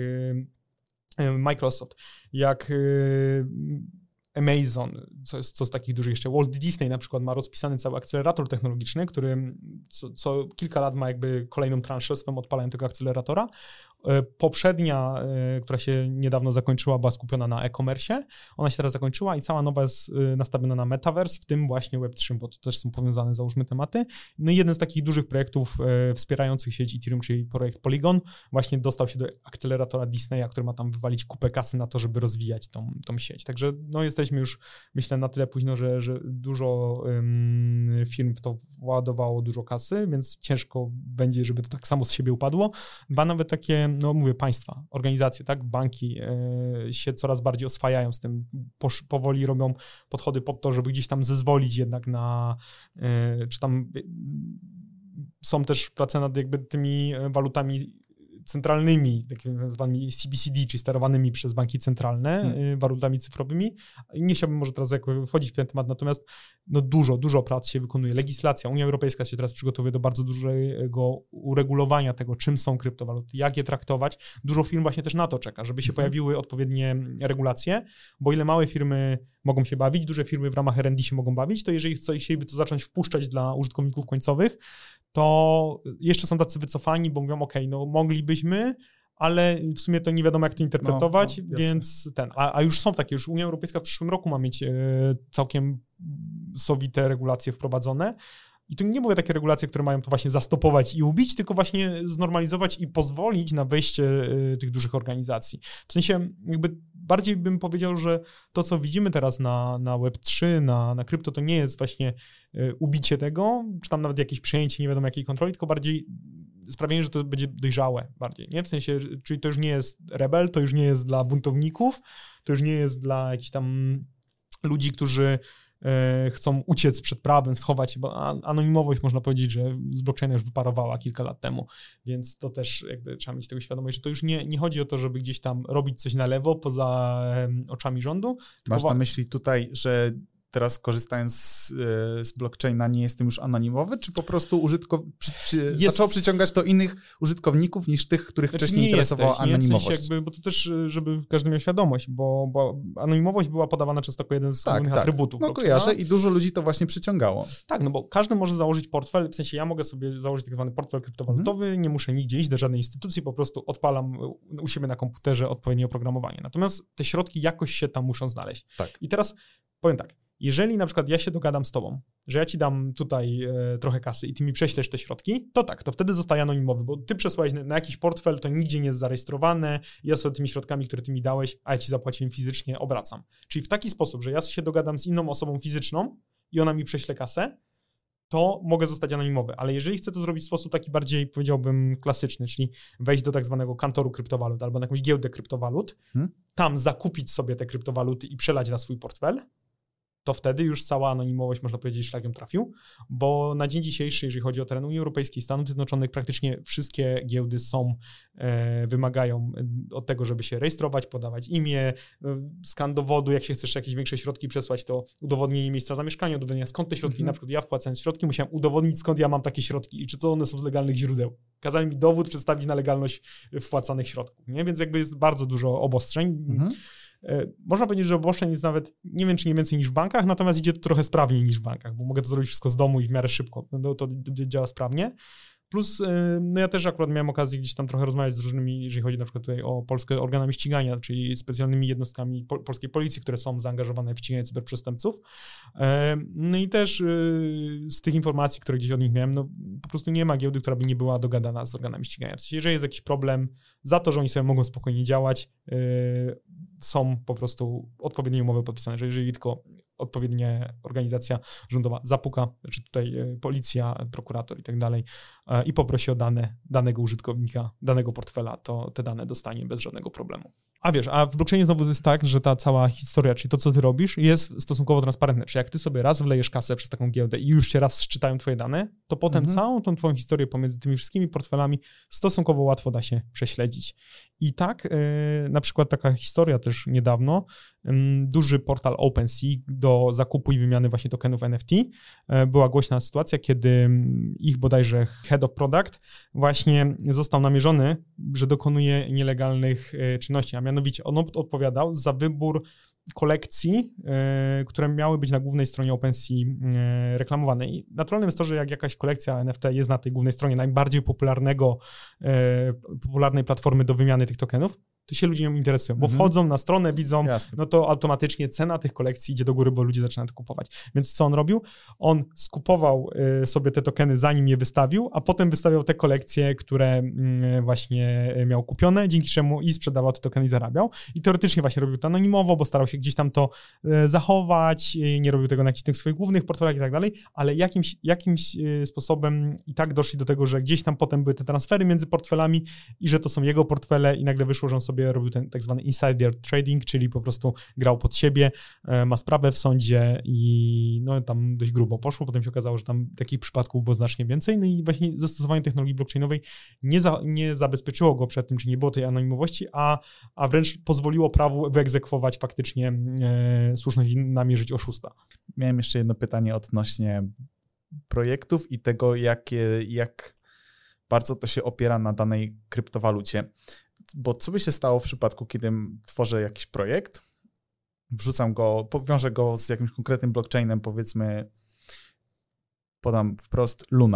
e, Microsoft, jak e, Amazon, co jest co z takich dużych jeszcze, Walt Disney na przykład ma rozpisany cały akcelerator technologiczny, który co, co kilka lat ma jakby kolejną transzę swoją odpalają tego akceleratora. Poprzednia, która się niedawno zakończyła, była skupiona na e-commerce, ona się teraz zakończyła i cała nowa jest nastawiona na metaverse, w tym właśnie web trzy, bo to też są powiązane, załóżmy, tematy. No i jeden z takich dużych projektów wspierających sieć Ethereum, czyli projekt Polygon, właśnie dostał się do akceleratora Disneya, który ma tam wywalić kupę kasy na to, żeby rozwijać tą, tą sieć. Także no jesteśmy już, myślę, na tyle późno, że, że dużo um, firm w to władowało dużo kasy, więc ciężko będzie, żeby to tak samo z siebie upadło. Dwa nawet takie, no mówię, państwa, organizacje, tak, banki e, się coraz bardziej oswajają z tym, posz, powoli robią podchody pod to, żeby gdzieś tam zezwolić jednak na, e, czy tam e, są też prace nad jakby tymi walutami centralnymi, takimi zwanymi C B C D, czyli sterowanymi przez banki centralne, hmm. walutami cyfrowymi. Nie chciałbym może teraz jako wchodzić w ten temat, natomiast no dużo, dużo prac się wykonuje. Legislacja, Unia Europejska się teraz przygotowuje do bardzo dużego uregulowania tego, czym są kryptowaluty, jak je traktować. Dużo firm właśnie też na to czeka, żeby się hmm. pojawiły odpowiednie regulacje, bo ile małe firmy mogą się bawić, duże firmy w ramach R and D się mogą bawić, to jeżeli chcieliby to zacząć wpuszczać dla użytkowników końcowych, to jeszcze są tacy wycofani, bo mówią, ok, no moglibyśmy, ale w sumie to nie wiadomo, jak to interpretować, no, no, więc ten, a, a już są takie, już Unia Europejska w przyszłym roku ma mieć e, całkiem sowite regulacje wprowadzone. I tu nie mówię takie regulacje, które mają to właśnie zastopować i ubić, tylko właśnie znormalizować i pozwolić na wejście y, tych dużych organizacji. W sensie jakby bardziej bym powiedział, że to, co widzimy teraz na, na web trzy, na, na krypto, to nie jest właśnie y, ubicie tego, czy tam nawet jakieś przejęcie nie wiadomo jakiej kontroli, tylko bardziej sprawienie, że to będzie dojrzałe bardziej, nie? W sensie, czyli to już nie jest rebel, to już nie jest dla buntowników, to już nie jest dla jakichś tam ludzi, którzy chcą uciec przed prawem, schować się, bo anonimowość można powiedzieć, że z blockchaina już wyparowała kilka lat temu, więc to też jakby trzeba mieć tego świadomość, że to już nie, nie chodzi o to, żeby gdzieś tam robić coś na lewo poza oczami rządu. Masz na myśli tutaj, że teraz korzystając z, z blockchaina nie jestem już anonimowy, czy po prostu użytkow... przy, przy, jest... zaczęło przyciągać to innych użytkowników niż tych, których znaczy, wcześniej interesowała jesteś, anonimowość? Nie? W sensie jakby, bo to też, żeby każdy miał świadomość, bo, bo anonimowość była podawana często jako jeden z tak, głównych tak. atrybutów. No kojarzę i dużo ludzi to właśnie przyciągało. Tak, no bo każdy może założyć portfel, w sensie ja mogę sobie założyć tak zwany portfel kryptowalutowy, hmm. nie muszę nigdzie iść do żadnej instytucji, po prostu odpalam u siebie na komputerze odpowiednie oprogramowanie. Natomiast te środki jakoś się tam muszą znaleźć. Tak. I teraz powiem tak, jeżeli na przykład ja się dogadam z tobą, że ja ci dam tutaj e, trochę kasy i ty mi prześlesz te środki, to tak, to wtedy zostaje anonimowy, bo ty przesłałeś na, na jakiś portfel, to nigdzie nie jest zarejestrowane, ja sobie tymi środkami, które ty mi dałeś, a ja ci zapłaciłem fizycznie, obracam. Czyli w taki sposób, że ja się dogadam z inną osobą fizyczną i ona mi prześle kasę, to mogę zostać anonimowy, ale jeżeli chcę to zrobić w sposób taki bardziej, powiedziałbym, klasyczny, czyli wejść do tak zwanego kantoru kryptowalut albo na jakąś giełdę kryptowalut, hmm? tam zakupić sobie te kryptowaluty i przelać na swój portfel, to wtedy już cała anonimowość, można powiedzieć, szlakiem trafił, bo na dzień dzisiejszy, jeżeli chodzi o teren Unii Europejskiej, Stanów Zjednoczonych, praktycznie wszystkie giełdy są, e, wymagają od tego, żeby się rejestrować, podawać imię, e, skan dowodu, jak się chcesz jakieś większe środki przesłać, to udowodnienie miejsca zamieszkania, udowodnienie skąd te środki, mm-hmm. na przykład ja wpłacając środki musiałem udowodnić, skąd ja mam takie środki i czy to one są z legalnych źródeł. Kazali mi dowód przedstawić na legalność wpłacanych środków, nie? Więc jakby jest bardzo dużo obostrzeń. Mm-hmm. Można powiedzieć, że obostrzeń jest nawet, nie wiem, czy nie więcej niż w bankach, natomiast idzie to trochę sprawniej niż w bankach, bo mogę to zrobić wszystko z domu i w miarę szybko. To, to, to działa sprawnie. Plus, no ja też akurat miałem okazję gdzieś tam trochę rozmawiać z różnymi, jeżeli chodzi na przykład tutaj o polskie organami ścigania, czyli specjalnymi jednostkami pol- polskiej policji, które są zaangażowane w ściganie cyberprzestępców. No i też z tych informacji, które gdzieś od nich miałem, no po prostu nie ma giełdy, która by nie była dogadana z organami ścigania. W sensie, jeżeli jest jakiś problem, za to, że oni sobie mogą spokojnie działać, są po prostu odpowiednie umowy podpisane, że jeżeli tylko odpowiednia organizacja rządowa zapuka, czy tutaj policja, prokurator i tak dalej i poprosi o dane danego użytkownika, danego portfela, to te dane dostanie bez żadnego problemu. A wiesz, a w blockchainie znowu jest tak, że ta cała historia, czyli to, co ty robisz, jest stosunkowo transparentne. Czyli jak ty sobie raz wlejesz kasę przez taką giełdę i już cię raz szczytają twoje dane, to potem mhm. całą tą twoją historię pomiędzy tymi wszystkimi portfelami stosunkowo łatwo da się prześledzić. I tak yy, na przykład taka historia też niedawno, yy, duży portal OpenSea do zakupu i wymiany właśnie tokenów N F T, yy, była głośna sytuacja, kiedy ich bodajże head of product właśnie został namierzony, że dokonuje nielegalnych yy, czynności, a mianowicie on odpowiadał za wybór kolekcji, y, które miały być na głównej stronie OpenSea y, reklamowane. I naturalnym jest to, że jak jakaś kolekcja N F T jest na tej głównej stronie najbardziej popularnego, y, popularnej platformy do wymiany tych tokenów, to się ludzie nią interesują, bo mhm. wchodzą na stronę, widzą, Jasne. no to automatycznie cena tych kolekcji idzie do góry, bo ludzie zaczynają to kupować. Więc co on robił? On skupował y, sobie te tokeny, zanim je wystawił, a potem wystawiał te kolekcje, które y, właśnie miał kupione, dzięki czemu i sprzedawał te tokeny i zarabiał. I teoretycznie właśnie robił to anonimowo, bo starał się gdzieś tam to y, zachować, y, nie robił tego na jakichś tych swoich głównych portfelach i tak dalej, ale jakimś, jakimś y, sposobem i tak doszli do tego, że gdzieś tam potem były te transfery między portfelami i że to są jego portfele i nagle wyszło, że on sobie robił ten tak zwany insider trading, czyli po prostu grał pod siebie, ma sprawę w sądzie i no tam dość grubo poszło. Potem się okazało, że tam takich przypadków było znacznie więcej. No i właśnie zastosowanie technologii blockchainowej nie, za, nie zabezpieczyło go przed tym, czy nie było tej anonimowości, a, a wręcz pozwoliło prawu wyegzekwować faktycznie e, słuszność i namierzyć oszusta. Miałem jeszcze jedno pytanie odnośnie projektów i tego, jakie, jak bardzo to się opiera na danej kryptowalucie. Bo co by się stało w przypadku, kiedy tworzę jakiś projekt, wrzucam go, powiążę go z jakimś konkretnym blockchainem, powiedzmy, podam wprost Luna,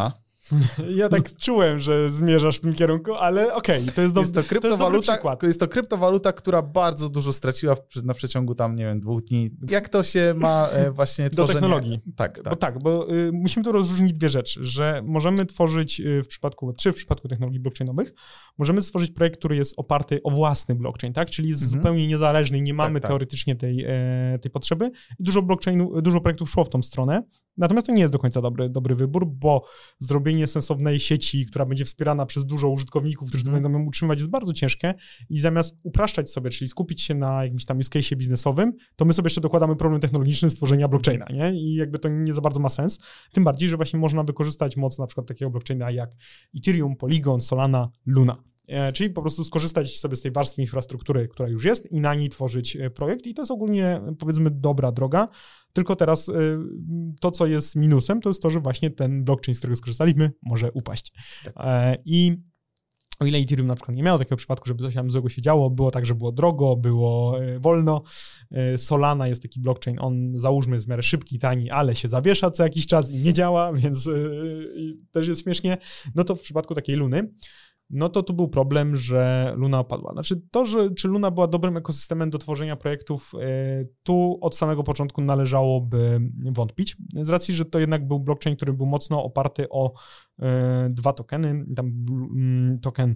Ja tak czułem, że zmierzasz w tym kierunku, ale okej, okay, to jest, do, jest to kryptowaluta, to jest dobry przykład. Jest to kryptowaluta, która bardzo dużo straciła w, na przeciągu tam, nie wiem, dwóch dni. Jak to się ma e, właśnie do tworzenie... technologii. Tak, tak. Bo tak, bo y, musimy tu rozróżnić dwie rzeczy, że możemy tworzyć y, w przypadku, czy w przypadku technologii blockchainowych, możemy stworzyć projekt, który jest oparty o własny blockchain, tak? Czyli jest mhm. zupełnie niezależny i nie mamy tak, teoretycznie tej, e, tej potrzeby. I dużo blockchainu, dużo projektów szło w tą stronę. Natomiast to nie jest do końca dobry, dobry wybór, bo zrobienie sensownej sieci, która będzie wspierana przez dużo użytkowników, którzy mm. to będą ją utrzymywać, jest bardzo ciężkie i zamiast upraszczać sobie, czyli skupić się na jakimś tam use case'ie biznesowym, to my sobie jeszcze dokładamy problem technologiczny stworzenia blockchaina, nie? I jakby to nie za bardzo ma sens. Tym bardziej, że właśnie można wykorzystać moc na przykład takiego blockchaina jak Ethereum, Polygon, Solana, Luna. Czyli po prostu skorzystać sobie z tej warstwy infrastruktury, która już jest i na niej tworzyć projekt i to jest ogólnie, powiedzmy, dobra droga, tylko teraz to, co jest minusem, to jest to, że właśnie ten blockchain, z którego skorzystaliśmy, może upaść. Tak. I o ile Ethereum na przykład nie miało takiego przypadku, żeby coś tam złego się działo, było tak, że było drogo, było wolno. Solana jest taki blockchain, on załóżmy jest w miarę szybki, tani, ale się zawiesza co jakiś czas i nie działa, więc też jest śmiesznie. No to w przypadku takiej Luny, no to tu był problem, że Luna opadła. Znaczy to, że czy Luna była dobrym ekosystemem do tworzenia projektów, tu od samego początku należałoby wątpić, z racji, że to jednak był blockchain, który był mocno oparty o dwa tokeny, tam token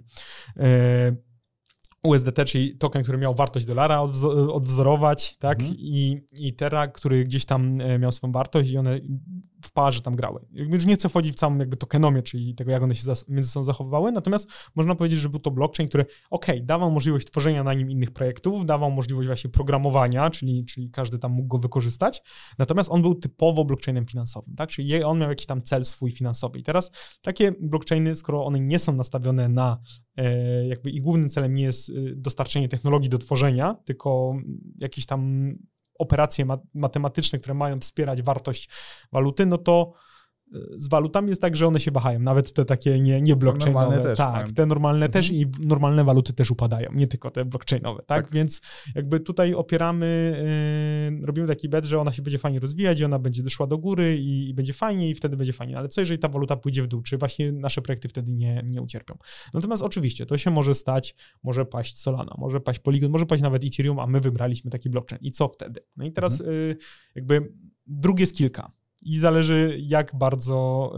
U S D T, czyli token, który miał wartość dolara odwzo- odwzorować, tak, mhm. I, i Terra, który gdzieś tam miał swoją wartość i one w parze tam grały. Już nie chcę wchodzić w całą jakby tokenomię, czyli tego, jak one się zas- między sobą zachowywały, natomiast można powiedzieć, że był to blockchain, który okej, okay, dawał możliwość tworzenia na nim innych projektów, dawał możliwość właśnie programowania, czyli, czyli każdy tam mógł go wykorzystać, natomiast on był typowo blockchainem finansowym, tak, czyli on miał jakiś tam cel swój finansowy i teraz takie blockchainy, skoro one nie są nastawione na e, jakby ich głównym celem nie jest dostarczenie technologii do tworzenia, tylko jakieś tam operacje ma- matematyczne, które mają wspierać wartość waluty, no to z walutami jest tak, że one się wahają, nawet te takie nie, nie blockchainowe. Normalne też, tak, mają. te normalne mhm. też i normalne waluty też upadają, nie tylko te blockchainowe, tak? tak. Więc jakby tutaj opieramy, yy, robimy taki bet, że ona się będzie fajnie rozwijać i ona będzie doszła do góry i, i będzie fajnie i wtedy będzie fajnie, ale co jeżeli ta waluta pójdzie w dół, czy właśnie nasze projekty wtedy nie, nie ucierpią? Natomiast oczywiście to się może stać, może paść Solana, może paść Polygon, może paść nawet Ethereum, a my wybraliśmy taki blockchain i co wtedy? No i teraz mhm. yy, jakby dróg jest kilka. I zależy, jak bardzo,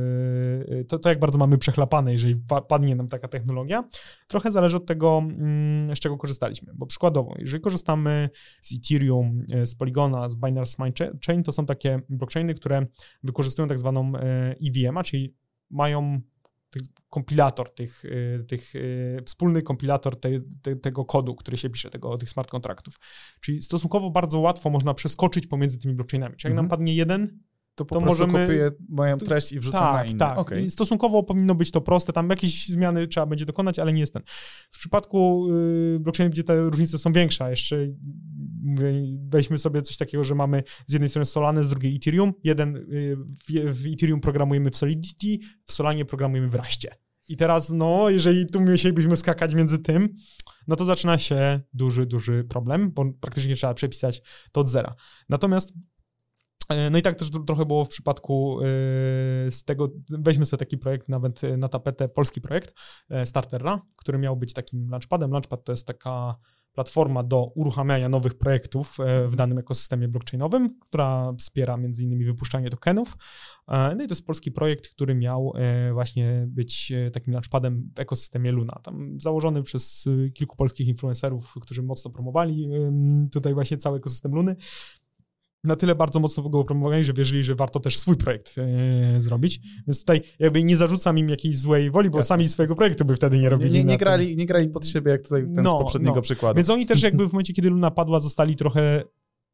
yy, to, to jak bardzo mamy przechlapane, jeżeli pa, padnie nam taka technologia. Trochę zależy od tego, yy, z czego korzystaliśmy. Bo przykładowo, jeżeli korzystamy z Ethereum, yy, z Polygona, z Binance Smart Chain, to są takie blockchainy, które wykorzystują tak zwaną yy, E V M a, czyli mają kompilator tych, tych wspólny kompilator te, te, tego kodu, który się pisze, tego, tych smart kontraktów. Czyli stosunkowo bardzo łatwo można przeskoczyć pomiędzy tymi blockchainami. Czyli jak mm-hmm. nam padnie jeden, to po to prostu możemy... kopiuję moją treść i wrzucam tak, na inny. Tak, okay. I stosunkowo powinno być to proste, tam jakieś zmiany trzeba będzie dokonać, ale nie jest ten. W przypadku y, blockchainów, gdzie te różnice są większe, jeszcze y, weźmy sobie coś takiego, że mamy z jednej strony Solanę, z drugiej Ethereum. Jeden y, w, w Ethereum programujemy w Solidity, w Solanie programujemy w Raście. I teraz, no, jeżeli tu musielibyśmy skakać między tym, no to zaczyna się duży, duży problem, bo praktycznie trzeba przepisać to od zera. Natomiast no i tak też trochę było w przypadku z tego, weźmy sobie taki projekt, nawet na tapetę, polski projekt Startera, który miał być takim launchpadem. Launchpad to jest taka platforma do uruchamiania nowych projektów w danym ekosystemie blockchainowym, która wspiera między innymi wypuszczanie tokenów. No i to jest polski projekt, który miał właśnie być takim launchpadem w ekosystemie Luna. Tam założony przez kilku polskich influencerów, którzy mocno promowali tutaj właśnie cały ekosystem Luny. Na tyle bardzo mocno go promowali, że wierzyli, że warto też swój projekt e, zrobić. Więc tutaj jakby nie zarzucam im jakiejś złej woli, bo Jasne. sami swojego projektu by wtedy nie robili. Nie, nie, nie, grali, nie grali pod siebie, jak tutaj ten no, z poprzedniego no. przykładu. Więc oni też jakby w momencie, kiedy Luna padła, zostali trochę...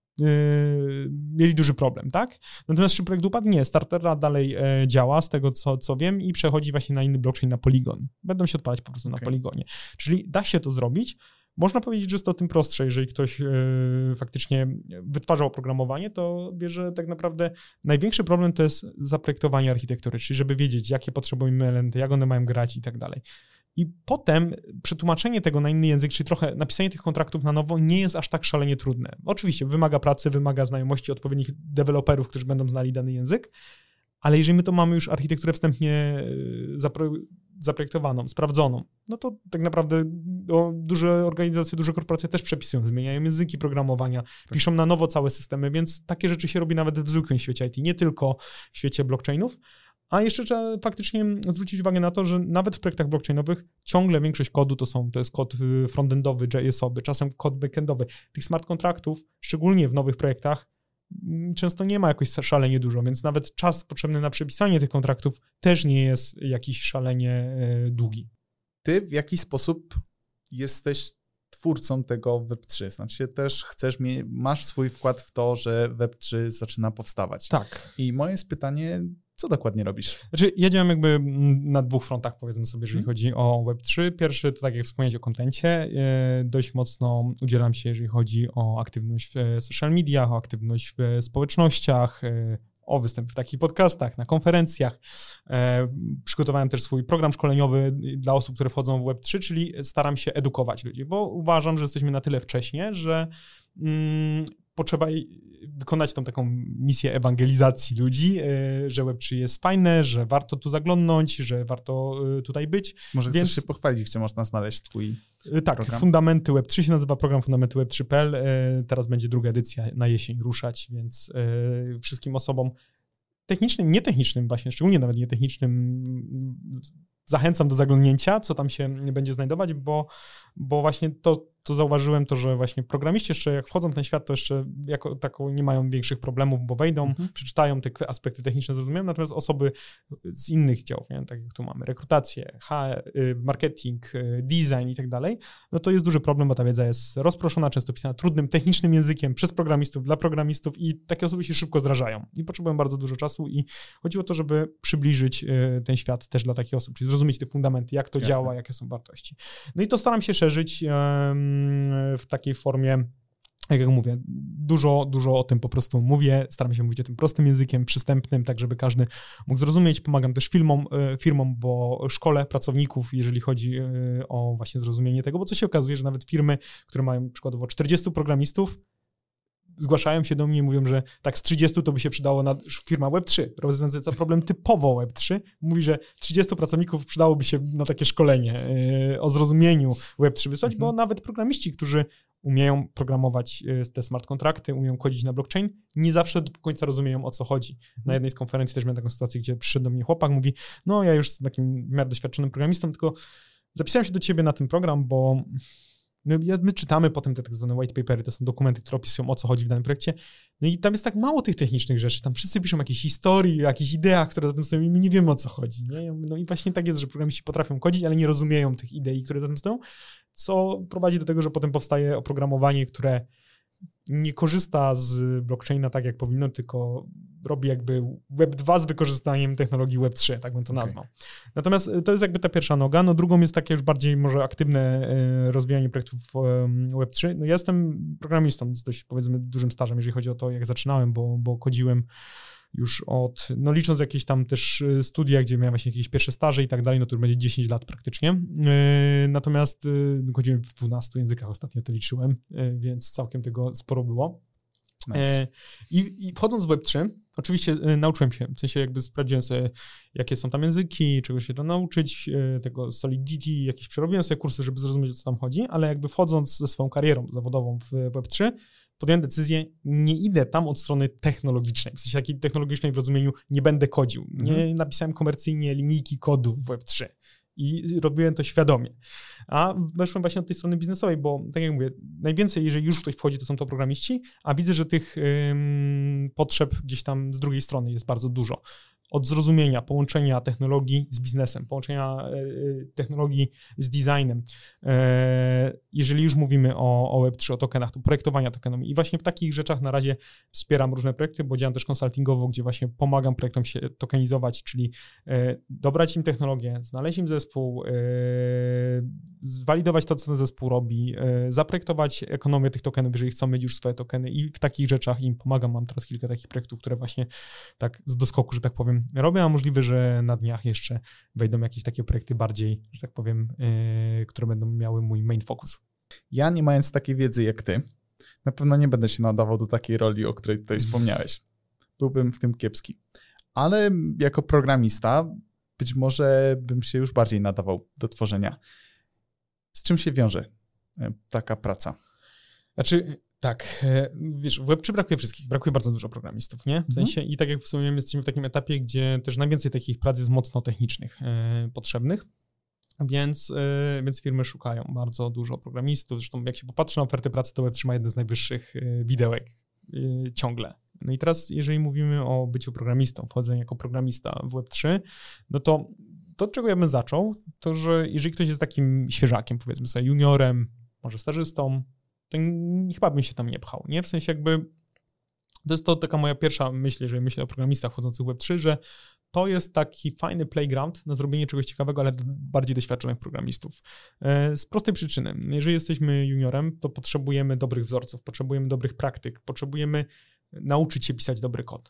Yy, mieli duży problem, tak? Natomiast czy projekt upadł? Nie. Startera dalej e, działa, z tego co, co wiem, i przechodzi właśnie na inny blockchain, na Polygon. Będą się odpalać po prostu okay. na Polygonie. Czyli da się to zrobić. Można powiedzieć, że jest to tym prostsze, jeżeli ktoś yy, faktycznie wytwarza oprogramowanie, to wie, że tak naprawdę największy problem to jest zaprojektowanie architektury, czyli żeby wiedzieć, jakie potrzebujemy elementy, jak one mają grać i tak dalej. I potem przetłumaczenie tego na inny język, czyli trochę napisanie tych kontraktów na nowo nie jest aż tak szalenie trudne. Oczywiście wymaga pracy, wymaga znajomości odpowiednich deweloperów, którzy będą znali dany język, Ale jeżeli my to mamy już architekturę wstępnie zapro, zaprojektowaną, sprawdzoną, no to tak naprawdę no, duże organizacje, duże korporacje też przepisują, zmieniają języki programowania, tak. piszą na nowo całe systemy, więc takie rzeczy się robi nawet w zwykłym świecie I T, nie tylko w świecie blockchainów. A jeszcze trzeba faktycznie zwrócić uwagę na to, że nawet w projektach blockchainowych ciągle większość kodu to są, to jest kod frontendowy, J S-owy, czasem kod backendowy. Tych smart kontraktów, szczególnie w nowych projektach, często nie ma jakoś szalenie dużo, więc nawet czas potrzebny na przepisanie tych kontraktów też nie jest jakiś szalenie długi. Ty w jakiś sposób jesteś twórcą tego web trzy, znaczy też chcesz, mieć, masz swój wkład w to, że web trzy zaczyna powstawać. Tak. I moje jest pytanie, co dokładnie robisz? Znaczy, ja działam jakby na dwóch frontach, powiedzmy sobie, jeżeli hmm. chodzi o web trzy. Pierwszy to tak jak wspomniałeś o kontencie, dość mocno udzielam się, jeżeli chodzi o aktywność w social mediach, o aktywność w społecznościach, o występy w takich podcastach, na konferencjach. E, przygotowałem też swój program szkoleniowy dla osób, które wchodzą w web trzy, czyli staram się edukować ludzi, bo uważam, że jesteśmy na tyle wcześnie, że mm, potrzeba wykonać tą taką misję ewangelizacji ludzi, że web trzy jest fajne, że warto tu zaglądnąć, że warto tutaj być. Może Więc... chcesz się pochwalić, gdzie można znaleźć twój Tak, program? Fundamenty web trzy się nazywa program Fundamenty web trzy kropka p l. Teraz będzie druga edycja na jesień ruszać, więc wszystkim osobom technicznym, nietechnicznym właśnie, szczególnie nawet nietechnicznym, zachęcam do zaglądnięcia, co tam się będzie znajdować, bo, bo właśnie to, co zauważyłem, to, że właśnie programiści jeszcze jak wchodzą w ten świat, to jeszcze jako taką nie mają większych problemów, bo wejdą, mhm. przeczytają te aspekty techniczne, zrozumieją, natomiast osoby z innych działów, nie? Tak jak tu mamy rekrutację, H R, marketing, design i tak dalej, no to jest duży problem, bo ta wiedza jest rozproszona, często pisana trudnym, technicznym językiem przez programistów, dla programistów i takie osoby się szybko zrażają i potrzebują bardzo dużo czasu i chodziło o to, żeby przybliżyć ten świat też dla takich osób, czyli zrozumieć te fundamenty, jak to Jasne. działa, jakie są wartości. No i to staram się szerzyć um, w takiej formie, jak, jak mówię, dużo, dużo o tym po prostu mówię, staram się mówić o tym prostym językiem, przystępnym, tak żeby każdy mógł zrozumieć. Pomagam też firmom, firmom, bo szkole pracowników, jeżeli chodzi o właśnie zrozumienie tego, bo co się okazuje, że nawet firmy, które mają przykładowo czterdziestu programistów, zgłaszają się do mnie i mówią, że tak z trzydziestu to by się przydało na firma web trzy, rozwiązująca problem typowo web trzy. Mówi, że trzydziestu pracowników przydałoby się na takie szkolenie yy, o zrozumieniu web trzy wysłać, mhm. bo nawet programiści, którzy umieją programować yy, te smart kontrakty, umieją kodzić na blockchain, nie zawsze do końca rozumieją, o co chodzi. Mhm. Na jednej z konferencji też miałem taką sytuację, gdzie przyszedł do mnie chłopak, mówi, no ja już jestem takim w miarę doświadczonym programistą, tylko zapisałem się do ciebie na ten program, bo My, my czytamy potem te tak zwane white papery, to są dokumenty, które opisują, o co chodzi w danym projekcie. No i tam jest tak mało tych technicznych rzeczy. Tam wszyscy piszą jakieś historii, jakieś ideach, które za tym stoją i my nie wiemy, o co chodzi. Nie? No i właśnie tak jest, że programiści potrafią kodzić, ale nie rozumieją tych idei, które za tym stoją, co prowadzi do tego, że potem powstaje oprogramowanie, które nie korzysta z blockchaina tak, jak powinno, tylko robi jakby web dwa z wykorzystaniem technologii web trzy, tak bym to okay. nazwał. Natomiast to jest jakby ta pierwsza noga. No drugą jest takie już bardziej może aktywne rozwijanie projektów web trzy. No ja jestem programistą z dość powiedzmy dużym stażem, jeżeli chodzi o to, jak zaczynałem, bo, bo kodziłem już od, no licząc jakieś tam też studia, gdzie miałem właśnie jakieś pierwsze staże i tak dalej, no to już będzie dziesięć lat praktycznie. Natomiast chodziłem w dwunastu językach, ostatnio to liczyłem, więc całkiem tego sporo było. Nice. I, I wchodząc w web trzy, oczywiście nauczyłem się, w sensie jakby sprawdziłem sobie, jakie są tam języki, czego się da nauczyć, tego Solidity, jakieś przerobiłem sobie kursy, żeby zrozumieć, o co tam chodzi, ale jakby wchodząc ze swoją karierą zawodową w web trzy, podjąłem decyzję, nie idę tam od strony technologicznej, w sensie takiej technologicznej w rozumieniu nie będę kodził, nie mhm. napisałem komercyjnie linijki kodu w web trzy i robiłem to świadomie. A weszłem właśnie od tej strony biznesowej, bo tak jak mówię, najwięcej, jeżeli już ktoś wchodzi, to są to programiści, a widzę, że tych ym, potrzeb gdzieś tam z drugiej strony jest bardzo dużo. Od zrozumienia, połączenia technologii z biznesem, połączenia e, technologii z designem. E, jeżeli już mówimy o, o web trzy, o tokenach, to projektowania tokenami. I właśnie w takich rzeczach na razie wspieram różne projekty, bo działam też konsultingowo, gdzie właśnie pomagam projektom się tokenizować, czyli e, dobrać im technologię, znaleźć im zespół, e, zwalidować to, co ten zespół robi, e, zaprojektować ekonomię tych tokenów, jeżeli chcą mieć już swoje tokeny i w takich rzeczach im pomagam. Mam teraz kilka takich projektów, które właśnie tak z doskoku, że tak powiem, robię, a możliwe, że na dniach jeszcze wejdą jakieś takie projekty bardziej, że tak powiem, yy, które będą miały mój main focus. Ja nie mając takiej wiedzy jak ty, na pewno nie będę się nadawał do takiej roli, o której tutaj wspomniałeś. Byłbym w tym kiepski. ale jako programista być może bym się już bardziej nadawał do tworzenia. Z czym się wiąże taka praca? Znaczy, tak, wiesz, w Web trzy brakuje wszystkich, brakuje bardzo dużo programistów, nie? W sensie mhm. i tak jak wspomniałem, jesteśmy w takim etapie, gdzie też najwięcej takich prac jest mocno technicznych, e, potrzebnych, więc, e, więc firmy szukają bardzo dużo programistów. Zresztą jak się popatrzy na oferty pracy, to Web trzy ma jeden z najwyższych e, widełek e, ciągle. No i teraz, jeżeli mówimy o byciu programistą, wchodzeniu jako programista w Web trzy, no to to, od czego ja bym zaczął, to że jeżeli ktoś jest takim świeżakiem, powiedzmy sobie juniorem, może stażystą, to chyba bym się tam nie pchał, nie? W sensie jakby to jest to taka moja pierwsza myśl, jeżeli myślę o programistach wchodzących w Web trzy, że to jest taki fajny playground na zrobienie czegoś ciekawego, ale dla bardziej doświadczonych programistów. Z prostej przyczyny. Jeżeli jesteśmy juniorem, to potrzebujemy dobrych wzorców, potrzebujemy dobrych praktyk, potrzebujemy nauczyć się pisać dobry kod.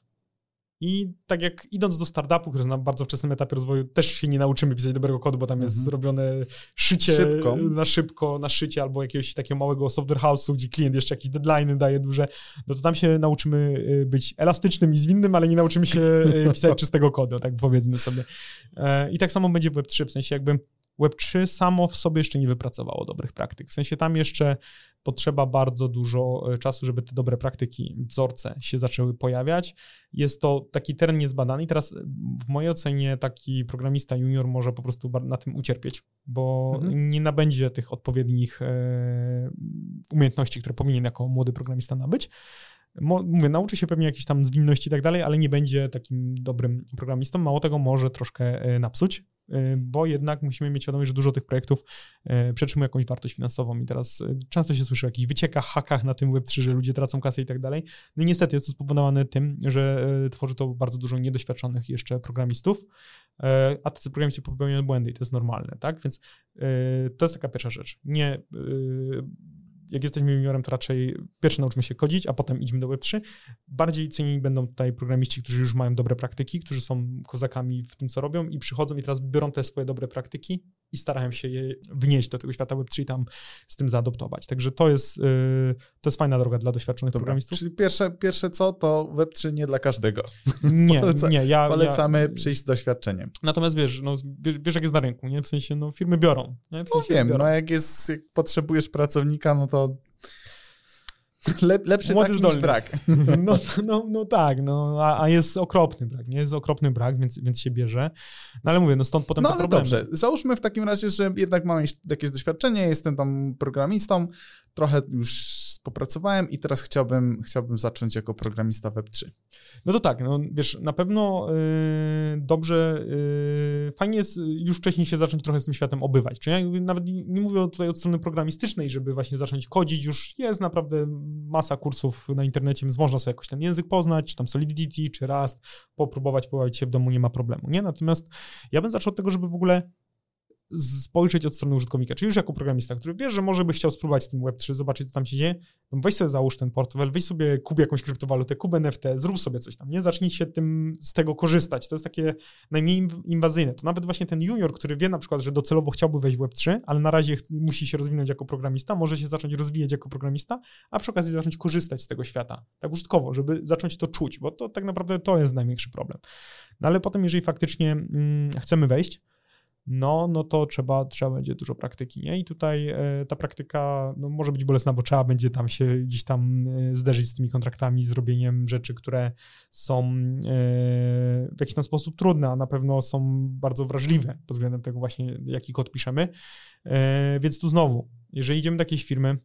I tak jak idąc do startupu, który jest na bardzo wczesnym etapie rozwoju, też się nie nauczymy pisać dobrego kodu, bo tam jest mhm. zrobione szycie szybko. na szybko, na szycie albo jakiegoś takiego małego software house'u, gdzie klient jeszcze jakieś deadline'y daje duże, no to tam się nauczymy być elastycznym i zwinnym, ale nie nauczymy się pisać czystego kodu, tak powiedzmy sobie. I tak samo będzie w Web trzy, w sensie jakby Web trzy samo w sobie jeszcze nie wypracowało dobrych praktyk. W sensie tam jeszcze potrzeba bardzo dużo czasu, żeby te dobre praktyki, wzorce się zaczęły pojawiać. Jest to taki teren niezbadany i teraz w mojej ocenie taki programista junior może po prostu na tym ucierpieć, bo mhm. nie nabędzie tych odpowiednich e, umiejętności, które powinien jako młody programista nabyć. Mówię, nauczy się pewnie jakieś tam zwinności i tak dalej, ale nie będzie takim dobrym programistą. Mało tego, może troszkę napsuć, bo jednak musimy mieć świadomość, że dużo tych projektów przetrzymuje jakąś wartość finansową i teraz często się słyszy o jakichś wyciekach, hakach na tym Web trzy, że ludzie tracą kasę i tak dalej. No i niestety jest to spowodowane tym, że tworzy to bardzo dużo niedoświadczonych jeszcze programistów, a tacy programiści popełniają błędy i to jest normalne, tak? Więc to jest taka pierwsza rzecz. Nie... Jak jesteśmy juniorem, to raczej pierwszy nauczymy się kodzić, a potem idźmy do Web trzy. Bardziej cenieni będą tutaj programiści, którzy już mają dobre praktyki, którzy są kozakami w tym, co robią i przychodzą i teraz biorą te swoje dobre praktyki i starają się je wnieść do tego świata Web trzy i tam z tym zaadoptować. Także to jest, yy, to jest fajna droga dla doświadczonych Dobra. programistów. Czyli pierwsze, pierwsze co, to Web trzy nie dla każdego. Nie, Poleca, nie. Ja, polecamy ja, przyjść z doświadczeniem. Natomiast wiesz, no, wiesz, wiesz jak jest na rynku, nie? W sensie no, firmy biorą. Nie? W sensie no wiem, biorą. no jak, jest, jak potrzebujesz pracownika, no to Le, lepszy Młody taki zdolny. Niż brak. No, no, no tak, no, a, a jest okropny brak, nie? Jest okropny brak, więc, więc się bierze. No ale mówię, no stąd potem no, te ale problemy. Dobrze, załóżmy w takim razie, że jednak mam jakieś doświadczenie, jestem tam programistą, trochę już popracowałem i teraz chciałbym, chciałbym zacząć jako programista Web trzy. No to tak, no wiesz, na pewno yy, dobrze, yy, fajnie jest już wcześniej się zacząć trochę z tym światem obywać. Czyli ja nawet nie, nie mówię tutaj od strony programistycznej, żeby właśnie zacząć kodzić, już jest naprawdę masa kursów na internecie, więc można sobie jakoś ten język poznać, czy tam Solidity, czy Rust, popróbować, pobawić się w domu, nie ma problemu, nie? Natomiast ja bym zaczął od tego, żeby w ogóle spojrzeć od strony użytkownika, czyli już jako programista, który wie, że może by chciał spróbować z tym Web trzy, zobaczyć, co tam się dzieje, no weź sobie załóż ten portfel, weź sobie, kup jakąś kryptowalutę, kup N F T, zrób sobie coś tam, nie? Zacznij się tym, z tego korzystać. To jest takie najmniej inwazyjne. To nawet właśnie ten junior, który wie na przykład, że docelowo chciałby wejść w Web trzy, ale na razie ch- musi się rozwinąć jako programista, może się zacząć rozwijać jako programista, a przy okazji zacząć korzystać z tego świata, tak użytkowo, żeby zacząć to czuć, bo to tak naprawdę to jest największy problem. No ale potem, jeżeli faktycznie mm, chcemy wejść, no, no to trzeba, trzeba będzie dużo praktyki, nie? I tutaj e, ta praktyka no, może być bolesna, bo trzeba będzie tam się gdzieś tam e, zderzyć z tymi kontraktami, z robieniem rzeczy, które są e, w jakiś tam sposób trudne, a na pewno są bardzo wrażliwe pod względem tego właśnie, jaki kod piszemy. E, więc tu znowu, jeżeli idziemy do jakiejś firmy,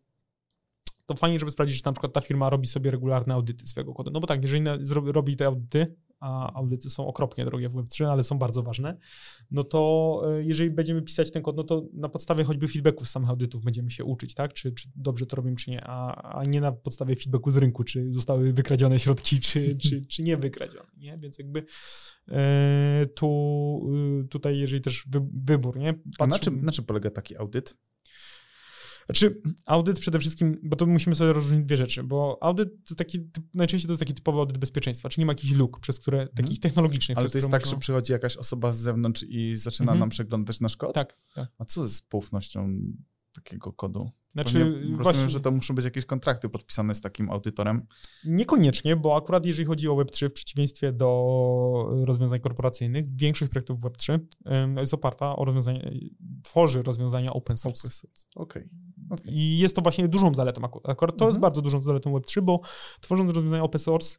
to fajnie, żeby sprawdzić, czy na przykład ta firma robi sobie regularne audyty swojego kodu. No bo tak, jeżeli na, zrobi, robi te audyty, a audyty są okropnie drogie w Web trzy, ale są bardzo ważne, no to jeżeli będziemy pisać ten kod, no to na podstawie choćby feedbacków z samych audytów będziemy się uczyć, tak? Czy, czy dobrze to robimy, czy nie, a, a nie na podstawie feedbacku z rynku, czy zostały wykradzione środki, czy, czy, czy nie wykradzione, nie? Więc jakby e, tu tutaj, jeżeli też wy, wybór, nie? Patrzę... A na czym, na czym polega taki audyt? Znaczy, audyt przede wszystkim, bo to musimy sobie rozróżnić dwie rzeczy, bo audyt to taki, najczęściej to jest taki typowy audyt bezpieczeństwa, czyli nie ma jakichś luk, przez które, hmm. takich technologicznych. Ale to jest tak, można... że przychodzi jakaś osoba z zewnątrz i zaczyna hmm. nam przeglądać nasz kod? Tak, tak. A co z poufnością takiego kodu? Znaczy, rozumiem, właśnie, że to muszą być jakieś kontrakty podpisane z takim audytorem. Niekoniecznie, bo akurat jeżeli chodzi o web trzy, w przeciwieństwie do rozwiązań korporacyjnych, większość projektów web trzy jest oparta o rozwiązania, tworzy rozwiązania open source. Okej. Okay. Okay. I jest to właśnie dużą zaletą. Akurat to mhm. jest bardzo dużą zaletą web trzy, bo tworząc rozwiązania open source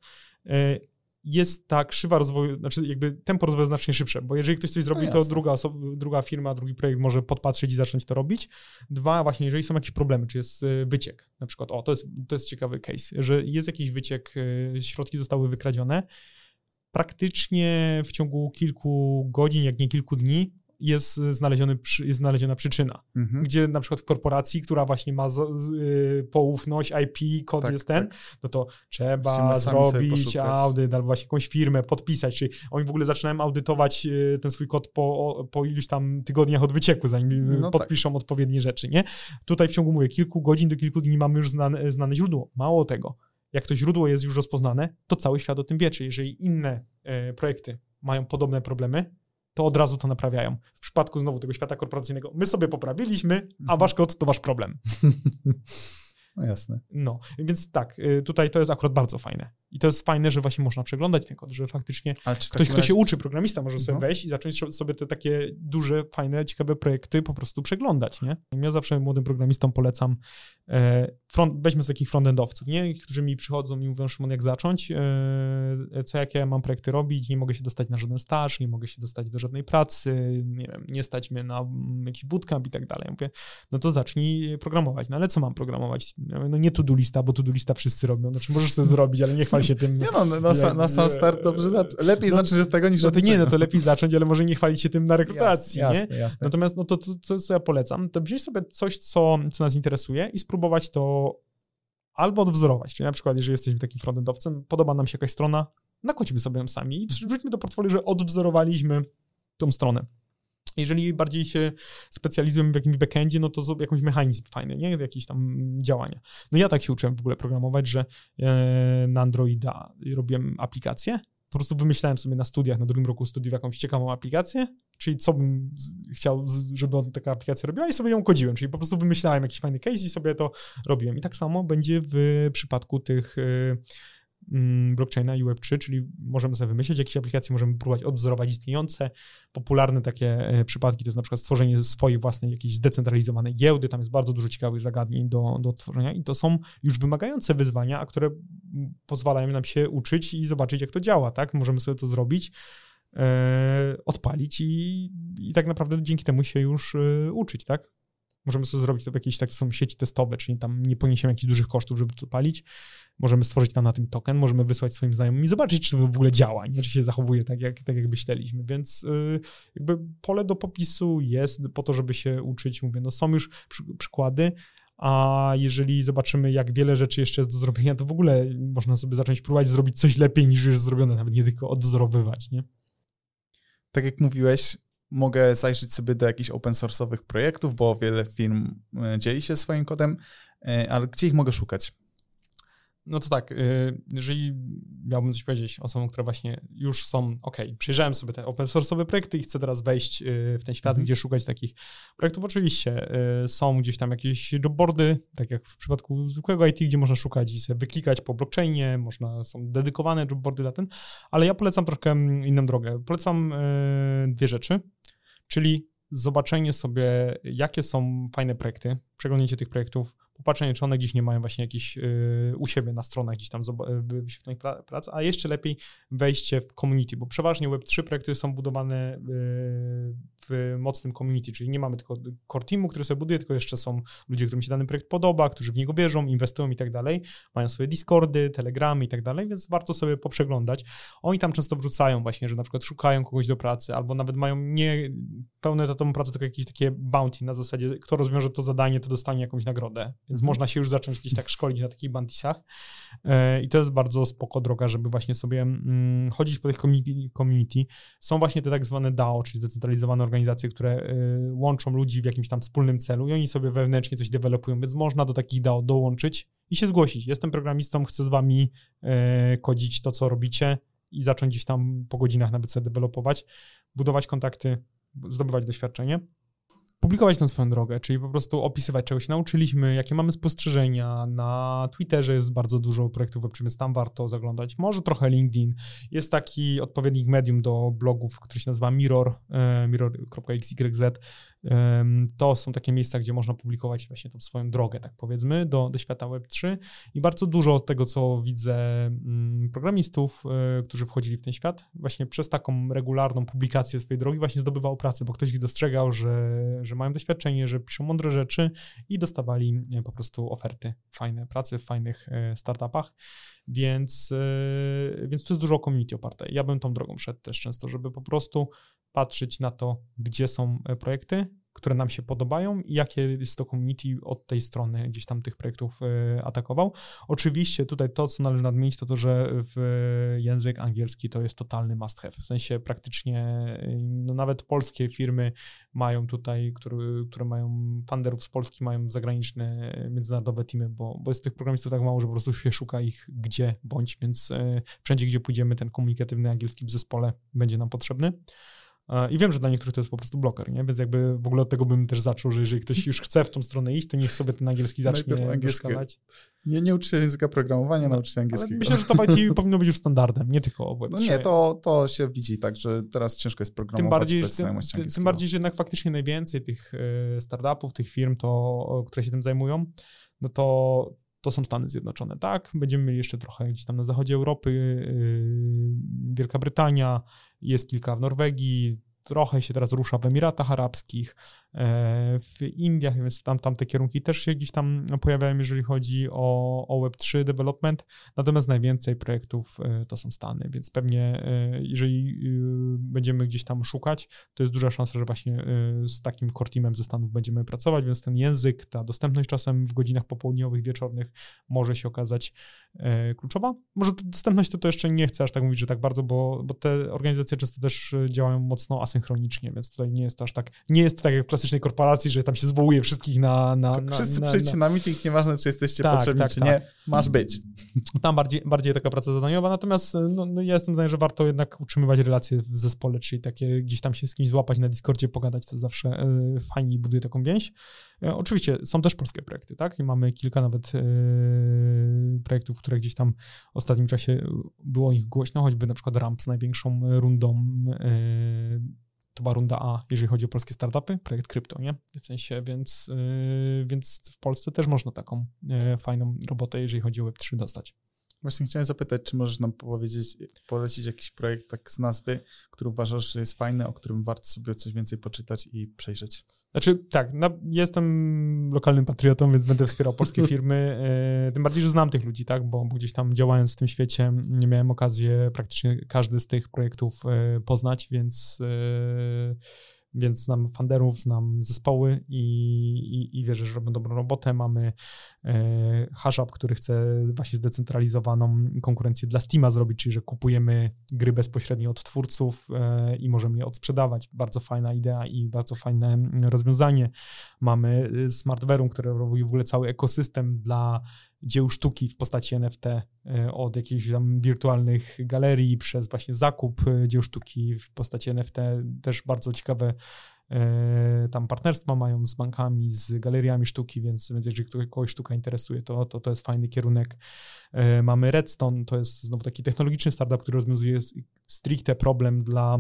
jest ta krzywa rozwoju, znaczy jakby tempo rozwoju znacznie szybsze, bo jeżeli ktoś coś zrobi, no to druga osoba, druga firma, drugi projekt może podpatrzeć i zacząć to robić. Dwa, właśnie jeżeli są jakieś problemy, czy jest wyciek, na przykład, o, to jest, to jest ciekawy case, że jest jakiś wyciek, środki zostały wykradzione, praktycznie w ciągu kilku godzin, jak nie kilku dni, jest, znaleziony, jest znaleziona przyczyna, mhm. gdzie na przykład w korporacji, która właśnie ma z, z, y, poufność, I P, kod tak, jest ten, tak. no to trzeba zrobić audyt albo właśnie jakąś firmę, podpisać, czyli oni w ogóle zaczynają audytować y, ten swój kod po, po iluś tam tygodniach od wycieku, zanim no podpiszą tak. odpowiednie rzeczy, nie? Tutaj w ciągu, mówię, kilku godzin do kilku dni mamy już znane, znane źródło. Mało tego, jak to źródło jest już rozpoznane, to cały świat o tym wie, czyli jeżeli inne y, projekty mają podobne problemy, to od razu to naprawiają. W przypadku znowu tego świata korporacyjnego my sobie poprawiliśmy, a wasz kod to wasz problem. No jasne. No, więc tak, tutaj to jest akurat bardzo fajne. I to jest fajne, że właśnie można przeglądać ten kod, że faktycznie ktoś, kto się uczy, programista może sobie no. wejść i zacząć sobie te takie duże, fajne, ciekawe projekty po prostu przeglądać, nie? Ja zawsze młodym programistom polecam, front, weźmy z takich frontendowców, nie? Którzy mi przychodzą i mówią, Szymon, jak zacząć, co jakie ja mam projekty robić, nie mogę się dostać na żaden staż, nie mogę się dostać do żadnej pracy, nie wiem, nie stać mnie na jakiś bootcamp i tak dalej. Ja mówię, no to zacznij programować. No ale co mam programować? No nie to-do lista, bo to-do lista wszyscy robią. Znaczy możesz sobie zrobić, ale nie chwal się tym. Nie no, na, jak, na sam start dobrze zacząć. Lepiej no, zacząć od tego niż no od to nie, no to lepiej zacząć, ale może nie chwalić się tym na rekrutacji, jasne, nie? Jasne, jasne. Natomiast no to, to, to, co ja polecam, to wziąć sobie coś, co, co nas interesuje i spróbować to albo odwzorować. Czyli na przykład, jeżeli jesteśmy takim frontendowcem, podoba nam się jakaś strona, nakodźmy sobie ją sami i wrzućmy do portfolio, że odwzorowaliśmy tą stronę. Jeżeli bardziej się specjalizujemy w jakimś backendzie, no to jakąś mechanizm fajny, nie? Jakieś tam działania. No ja tak się uczyłem w ogóle programować, że e, na Androida robiłem aplikację. Po prostu wymyślałem sobie na studiach, na drugim roku studiów jakąś ciekawą aplikację, czyli co bym z, chciał, z, żeby on taka aplikacja robiła i sobie ją kodziłem, czyli po prostu wymyślałem jakiś fajny case i sobie to robiłem. I tak samo będzie w przypadku tych y, y, blockchaina i web trzy, czyli możemy sobie wymyślić jakieś aplikacje, możemy próbować odwzorować istniejące. Popularne takie y, przypadki to jest na przykład stworzenie swojej własnej jakiejś zdecentralizowanej giełdy, tam jest bardzo dużo ciekawych zagadnień do, do tworzenia i to są już wymagające wyzwania, a które pozwalają nam się uczyć i zobaczyć, jak to działa, tak? Możemy sobie to zrobić, e, odpalić i, i tak naprawdę dzięki temu się już e, uczyć, tak? Możemy sobie zrobić to w jakieś tak są sieci testowe, czyli tam nie poniesiemy jakichś dużych kosztów, żeby to odpalić. Możemy stworzyć tam na tym token, możemy wysłać swoim znajomym i zobaczyć, czy to w ogóle działa, nie? Czy się zachowuje tak, jak, tak jak myśleliśmy. Więc e, jakby pole do popisu jest po to, żeby się uczyć. Mówię, no są już przy, przykłady, a jeżeli zobaczymy, jak wiele rzeczy jeszcze jest do zrobienia, to w ogóle można sobie zacząć próbować zrobić coś lepiej niż już jest zrobione, nawet nie tylko odwzorowywać, nie? Tak jak mówiłeś, mogę zajrzeć sobie do jakichś open source'owych projektów, bo wiele firm dzieli się swoim kodem, ale gdzie ich mogę szukać? No to tak, jeżeli miałbym coś powiedzieć osobom, które właśnie już są, ok, przejrzałem sobie te open source'owe projekty i chcę teraz wejść w ten świat, mhm. gdzie szukać takich projektów. Oczywiście są gdzieś tam jakieś jobboardy, tak jak w przypadku zwykłego I T, gdzie można szukać i sobie wyklikać po blockchainie, można, są dedykowane jobboardy na ten, ale ja polecam troszkę inną drogę. Polecam dwie rzeczy, czyli zobaczenie sobie, jakie są fajne projekty, przeglądnięcie tych projektów, popatrzenie, czy one gdzieś nie mają właśnie jakichś yy, u siebie na stronach gdzieś tam wyświetlonych prac, a jeszcze lepiej wejście w community, bo przeważnie web trzy projekty są budowane yy, w mocnym community, czyli nie mamy tylko core teamu, który sobie buduje, tylko jeszcze są ludzie, którym się dany projekt podoba, którzy w niego wierzą, inwestują i tak dalej, mają swoje Discordy, Telegramy i tak dalej, więc warto sobie poprzeglądać. Oni tam często wrzucają właśnie, że na przykład szukają kogoś do pracy, albo nawet mają nie pełne etatową pracę, tylko jakieś takie bounty na zasadzie, kto rozwiąże to zadanie, to dostanie jakąś nagrodę. Więc mhm. można się już zacząć gdzieś tak szkolić na takich bountiesach. I to jest bardzo spoko droga, żeby właśnie sobie mm, chodzić po tych community. Są właśnie te tak zwane D A O, czyli zdecentralizowane organizacje, które y, łączą ludzi w jakimś tam wspólnym celu i oni sobie wewnętrznie coś dewelopują, więc można do takich D A O dołączyć i się zgłosić. Jestem programistą, chcę z wami y, kodzić to, co robicie i zacząć gdzieś tam po godzinach nawet sobie dewelopować, budować kontakty, zdobywać doświadczenie. publikować tą swoją drogę, czyli po prostu opisywać, czego się nauczyliśmy, jakie mamy spostrzeżenia. Na Twitterze jest bardzo dużo projektów web trzy, więc tam warto zaglądać. Może trochę LinkedIn. Jest taki odpowiednik medium do blogów, który się nazywa Mirror, mirror kropka x y z. To są takie miejsca, gdzie można publikować właśnie tą swoją drogę, tak powiedzmy, do, do świata web trzy i bardzo dużo z tego, co widzę programistów, którzy wchodzili w ten świat, właśnie przez taką regularną publikację swojej drogi właśnie zdobywał pracę, bo ktoś ich dostrzegał, że, że mają doświadczenie, że piszą mądre rzeczy i dostawali po prostu oferty, fajne pracy w fajnych startupach, więc, więc tu jest dużo community oparte. Ja bym tą drogą szedł też często, żeby po prostu patrzeć na to, gdzie są projekty, które nam się podobają i jakie jest to community od tej strony gdzieś tam tych projektów y, atakował. Oczywiście tutaj to, co należy nadmienić, to to, że w język angielski to jest totalny must have. W sensie praktycznie no nawet polskie firmy mają tutaj, które, które mają funderów z Polski, mają zagraniczne, międzynarodowe teamy, bo, bo jest tych programistów tak mało, że po prostu się szuka ich gdzie bądź, więc y, wszędzie, gdzie pójdziemy, ten komunikatywny angielski w zespole będzie nam potrzebny. I wiem, że dla niektórych to jest po prostu bloker, nie? Więc jakby w ogóle od tego bym też zaczął, że jeżeli ktoś już chce w tą stronę iść, to niech sobie ten angielski zacznie doskonać. Nie, nie uczy się języka programowania, no, nauczy się angielskiego. Myślę, że to w I T powinno być już standardem, nie tylko w web trzy. No nie, to, to się widzi tak, że teraz ciężko jest programować tym bardziej, bez znajomości tym, tym bardziej, że jednak faktycznie najwięcej tych startupów, tych firm, to, które się tym zajmują, no to to są Stany Zjednoczone, tak? Będziemy mieli jeszcze trochę gdzieś tam na zachodzie Europy, yy, Wielka Brytania, jest kilka w Norwegii, trochę się teraz rusza w Emiratach Arabskich, w Indiach, więc tam, tam te kierunki też się gdzieś tam pojawiają, jeżeli chodzi o, o web trzy development, natomiast najwięcej projektów to są Stany, więc pewnie jeżeli będziemy gdzieś tam szukać, to jest duża szansa, że właśnie z takim core teamem ze Stanów będziemy pracować, więc ten język, ta dostępność czasem w godzinach popołudniowych, wieczornych może się okazać kluczowa. Może dostępność to, to jeszcze nie chcę aż tak mówić, że tak bardzo, bo, bo te organizacje często też działają mocno asynchronicznie, więc tutaj nie jest to aż tak, nie jest to tak jak w klasycznej korporacji, że tam się zwołuje wszystkich na... na, na wszyscy na, przyjdźcie na... na meeting, nieważne czy jesteście tak, potrzebni, tak, czy tak. nie, masz być. Tam bardziej, bardziej taka praca zadaniowa, natomiast no, no ja jestem zdania, że warto jednak utrzymywać relacje w zespole, czyli takie gdzieś tam się z kimś złapać na Discordzie, pogadać, to zawsze y, fajnie buduje taką więź. Y, oczywiście są też polskie projekty, tak? I mamy kilka nawet y, projektów, które gdzieś tam w ostatnim czasie było o nich głośno, choćby na przykład Ramp z największą rundą y, to była runda A, jeżeli chodzi o polskie startupy, projekt krypto, nie? W sensie, więc, yy, więc w Polsce też można taką yy, fajną robotę, jeżeli chodzi o web trzy, dostać. Właśnie chciałem zapytać, czy możesz nam powiedzieć, polecić jakiś projekt tak z nazwy, który uważasz, że jest fajny, o którym warto sobie coś więcej poczytać i przejrzeć? Znaczy tak, no, jestem lokalnym patriotą, więc będę wspierał polskie firmy, yy, tym bardziej, że znam tych ludzi, tak, bo, bo gdzieś tam działając w tym świecie nie miałem okazję praktycznie każdy z tych projektów yy, poznać, więc yy, więc znam funderów, znam zespoły i, i, i wierzę, że robią dobrą robotę. Mamy e, HashUp, który chce właśnie zdecentralizowaną konkurencję dla Steama zrobić, czyli że kupujemy gry bezpośrednio od twórców e, i możemy je odsprzedawać. Bardzo fajna idea i bardzo fajne rozwiązanie. Mamy Smartverum, które robi w ogóle cały ekosystem dla dzieł sztuki w postaci N F T od jakichś tam wirtualnych galerii przez właśnie zakup dzieł sztuki w postaci N F T. Też bardzo ciekawe tam partnerstwa mają z bankami, z galeriami sztuki, więc, więc jeżeli kogoś sztuka interesuje, to, to to jest fajny kierunek. Mamy Redstone, to jest znowu taki technologiczny startup, który rozwiązuje stricte problem dla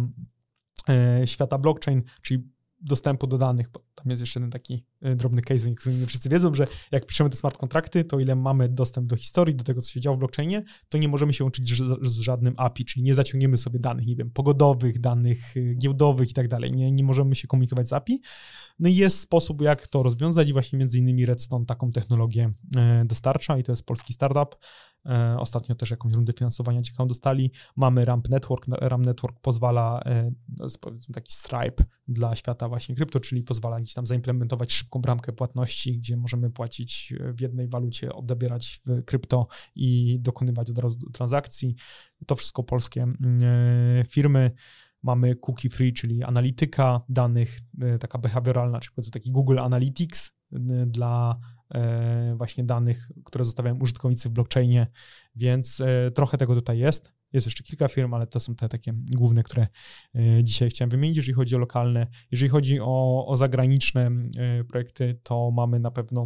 świata blockchain, czyli dostępu do danych, bo tam jest jeszcze jeden taki drobny case, który nie wszyscy wiedzą, że jak piszemy te smart kontrakty, to ile mamy dostęp do historii, do tego, co się działo w blockchainie, to nie możemy się łączyć z, z żadnym A P I, czyli nie zaciągniemy sobie danych, nie wiem, pogodowych, danych giełdowych i tak dalej, nie, nie możemy się komunikować z A P I. No i jest sposób, jak to rozwiązać i właśnie między innymi Redstone taką technologię dostarcza i to jest polski startup. Ostatnio też jakąś rundę finansowania ciekawą dostali. Mamy Ramp Network. Ramp Network pozwala, powiedzmy taki Stripe dla świata właśnie krypto, czyli pozwala gdzieś tam zaimplementować szybką bramkę płatności, gdzie możemy płacić w jednej walucie, odbierać w krypto i dokonywać od razu transakcji. To wszystko polskie firmy. Mamy cookie free, czyli analityka danych, taka behawioralna, czyli powiedzmy taki Google Analytics dla właśnie danych, które zostawiają użytkownicy w blockchainie, więc trochę tego tutaj jest. Jest jeszcze kilka firm, ale to są te takie główne, które dzisiaj chciałem wymienić, jeżeli chodzi o lokalne. Jeżeli chodzi o, o zagraniczne projekty, to mamy na pewno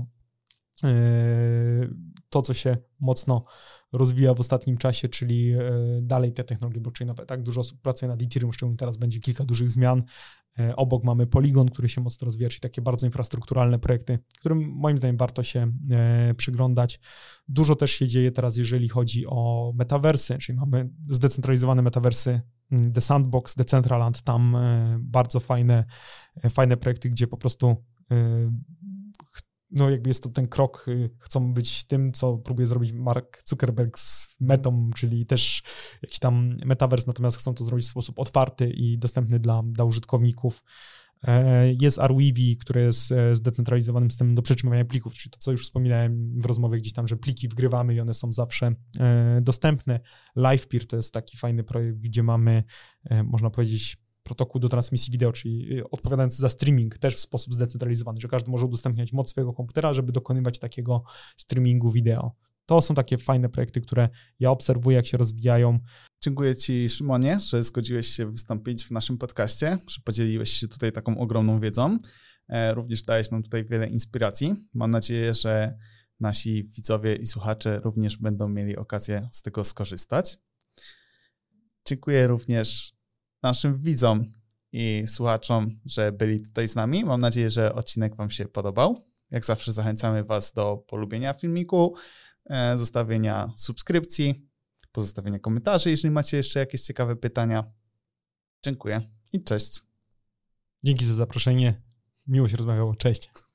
to, co się mocno rozwija w ostatnim czasie, czyli dalej te technologie blockchainowe. Tak dużo osób pracuje nad Ethereum, szczególnie teraz będzie kilka dużych zmian. Obok mamy Polygon, który się mocno rozwija, czyli takie bardzo infrastrukturalne projekty, którym moim zdaniem warto się przyglądać. Dużo też się dzieje teraz, jeżeli chodzi o metaversy, czyli mamy zdecentralizowane metaversy, The Sandbox, Decentraland, tam bardzo fajne, fajne projekty, gdzie po prostu no jakby jest to ten krok, chcą być tym, co próbuje zrobić Mark Zuckerberg z Metą, czyli też jakiś tam metaverse, natomiast chcą to zrobić w sposób otwarty i dostępny dla, dla użytkowników. Jest Arweavy, które jest zdecentralizowanym systemem do przetrzymywania plików, czyli to, co już wspominałem w rozmowie gdzieś tam, że pliki wgrywamy i one są zawsze dostępne. LivePeer to jest taki fajny projekt, gdzie mamy, można powiedzieć, protokół do transmisji wideo, czyli odpowiadający za streaming też w sposób zdecentralizowany, że każdy może udostępniać moc swojego komputera, żeby dokonywać takiego streamingu wideo. To są takie fajne projekty, które ja obserwuję, jak się rozwijają. Dziękuję Ci, Szymonie, że zgodziłeś się wystąpić w naszym podcaście, że podzieliłeś się tutaj taką ogromną wiedzą. Również dałeś nam tutaj wiele inspiracji. Mam nadzieję, że nasi widzowie i słuchacze również będą mieli okazję z tego skorzystać. Dziękuję również naszym widzom i słuchaczom, że byli tutaj z nami. Mam nadzieję, że odcinek Wam się podobał. Jak zawsze zachęcamy Was do polubienia filmiku, zostawienia subskrypcji, pozostawienia komentarzy, jeżeli macie jeszcze jakieś ciekawe pytania. Dziękuję i cześć. Dzięki za zaproszenie. Miło się rozmawiało. Cześć.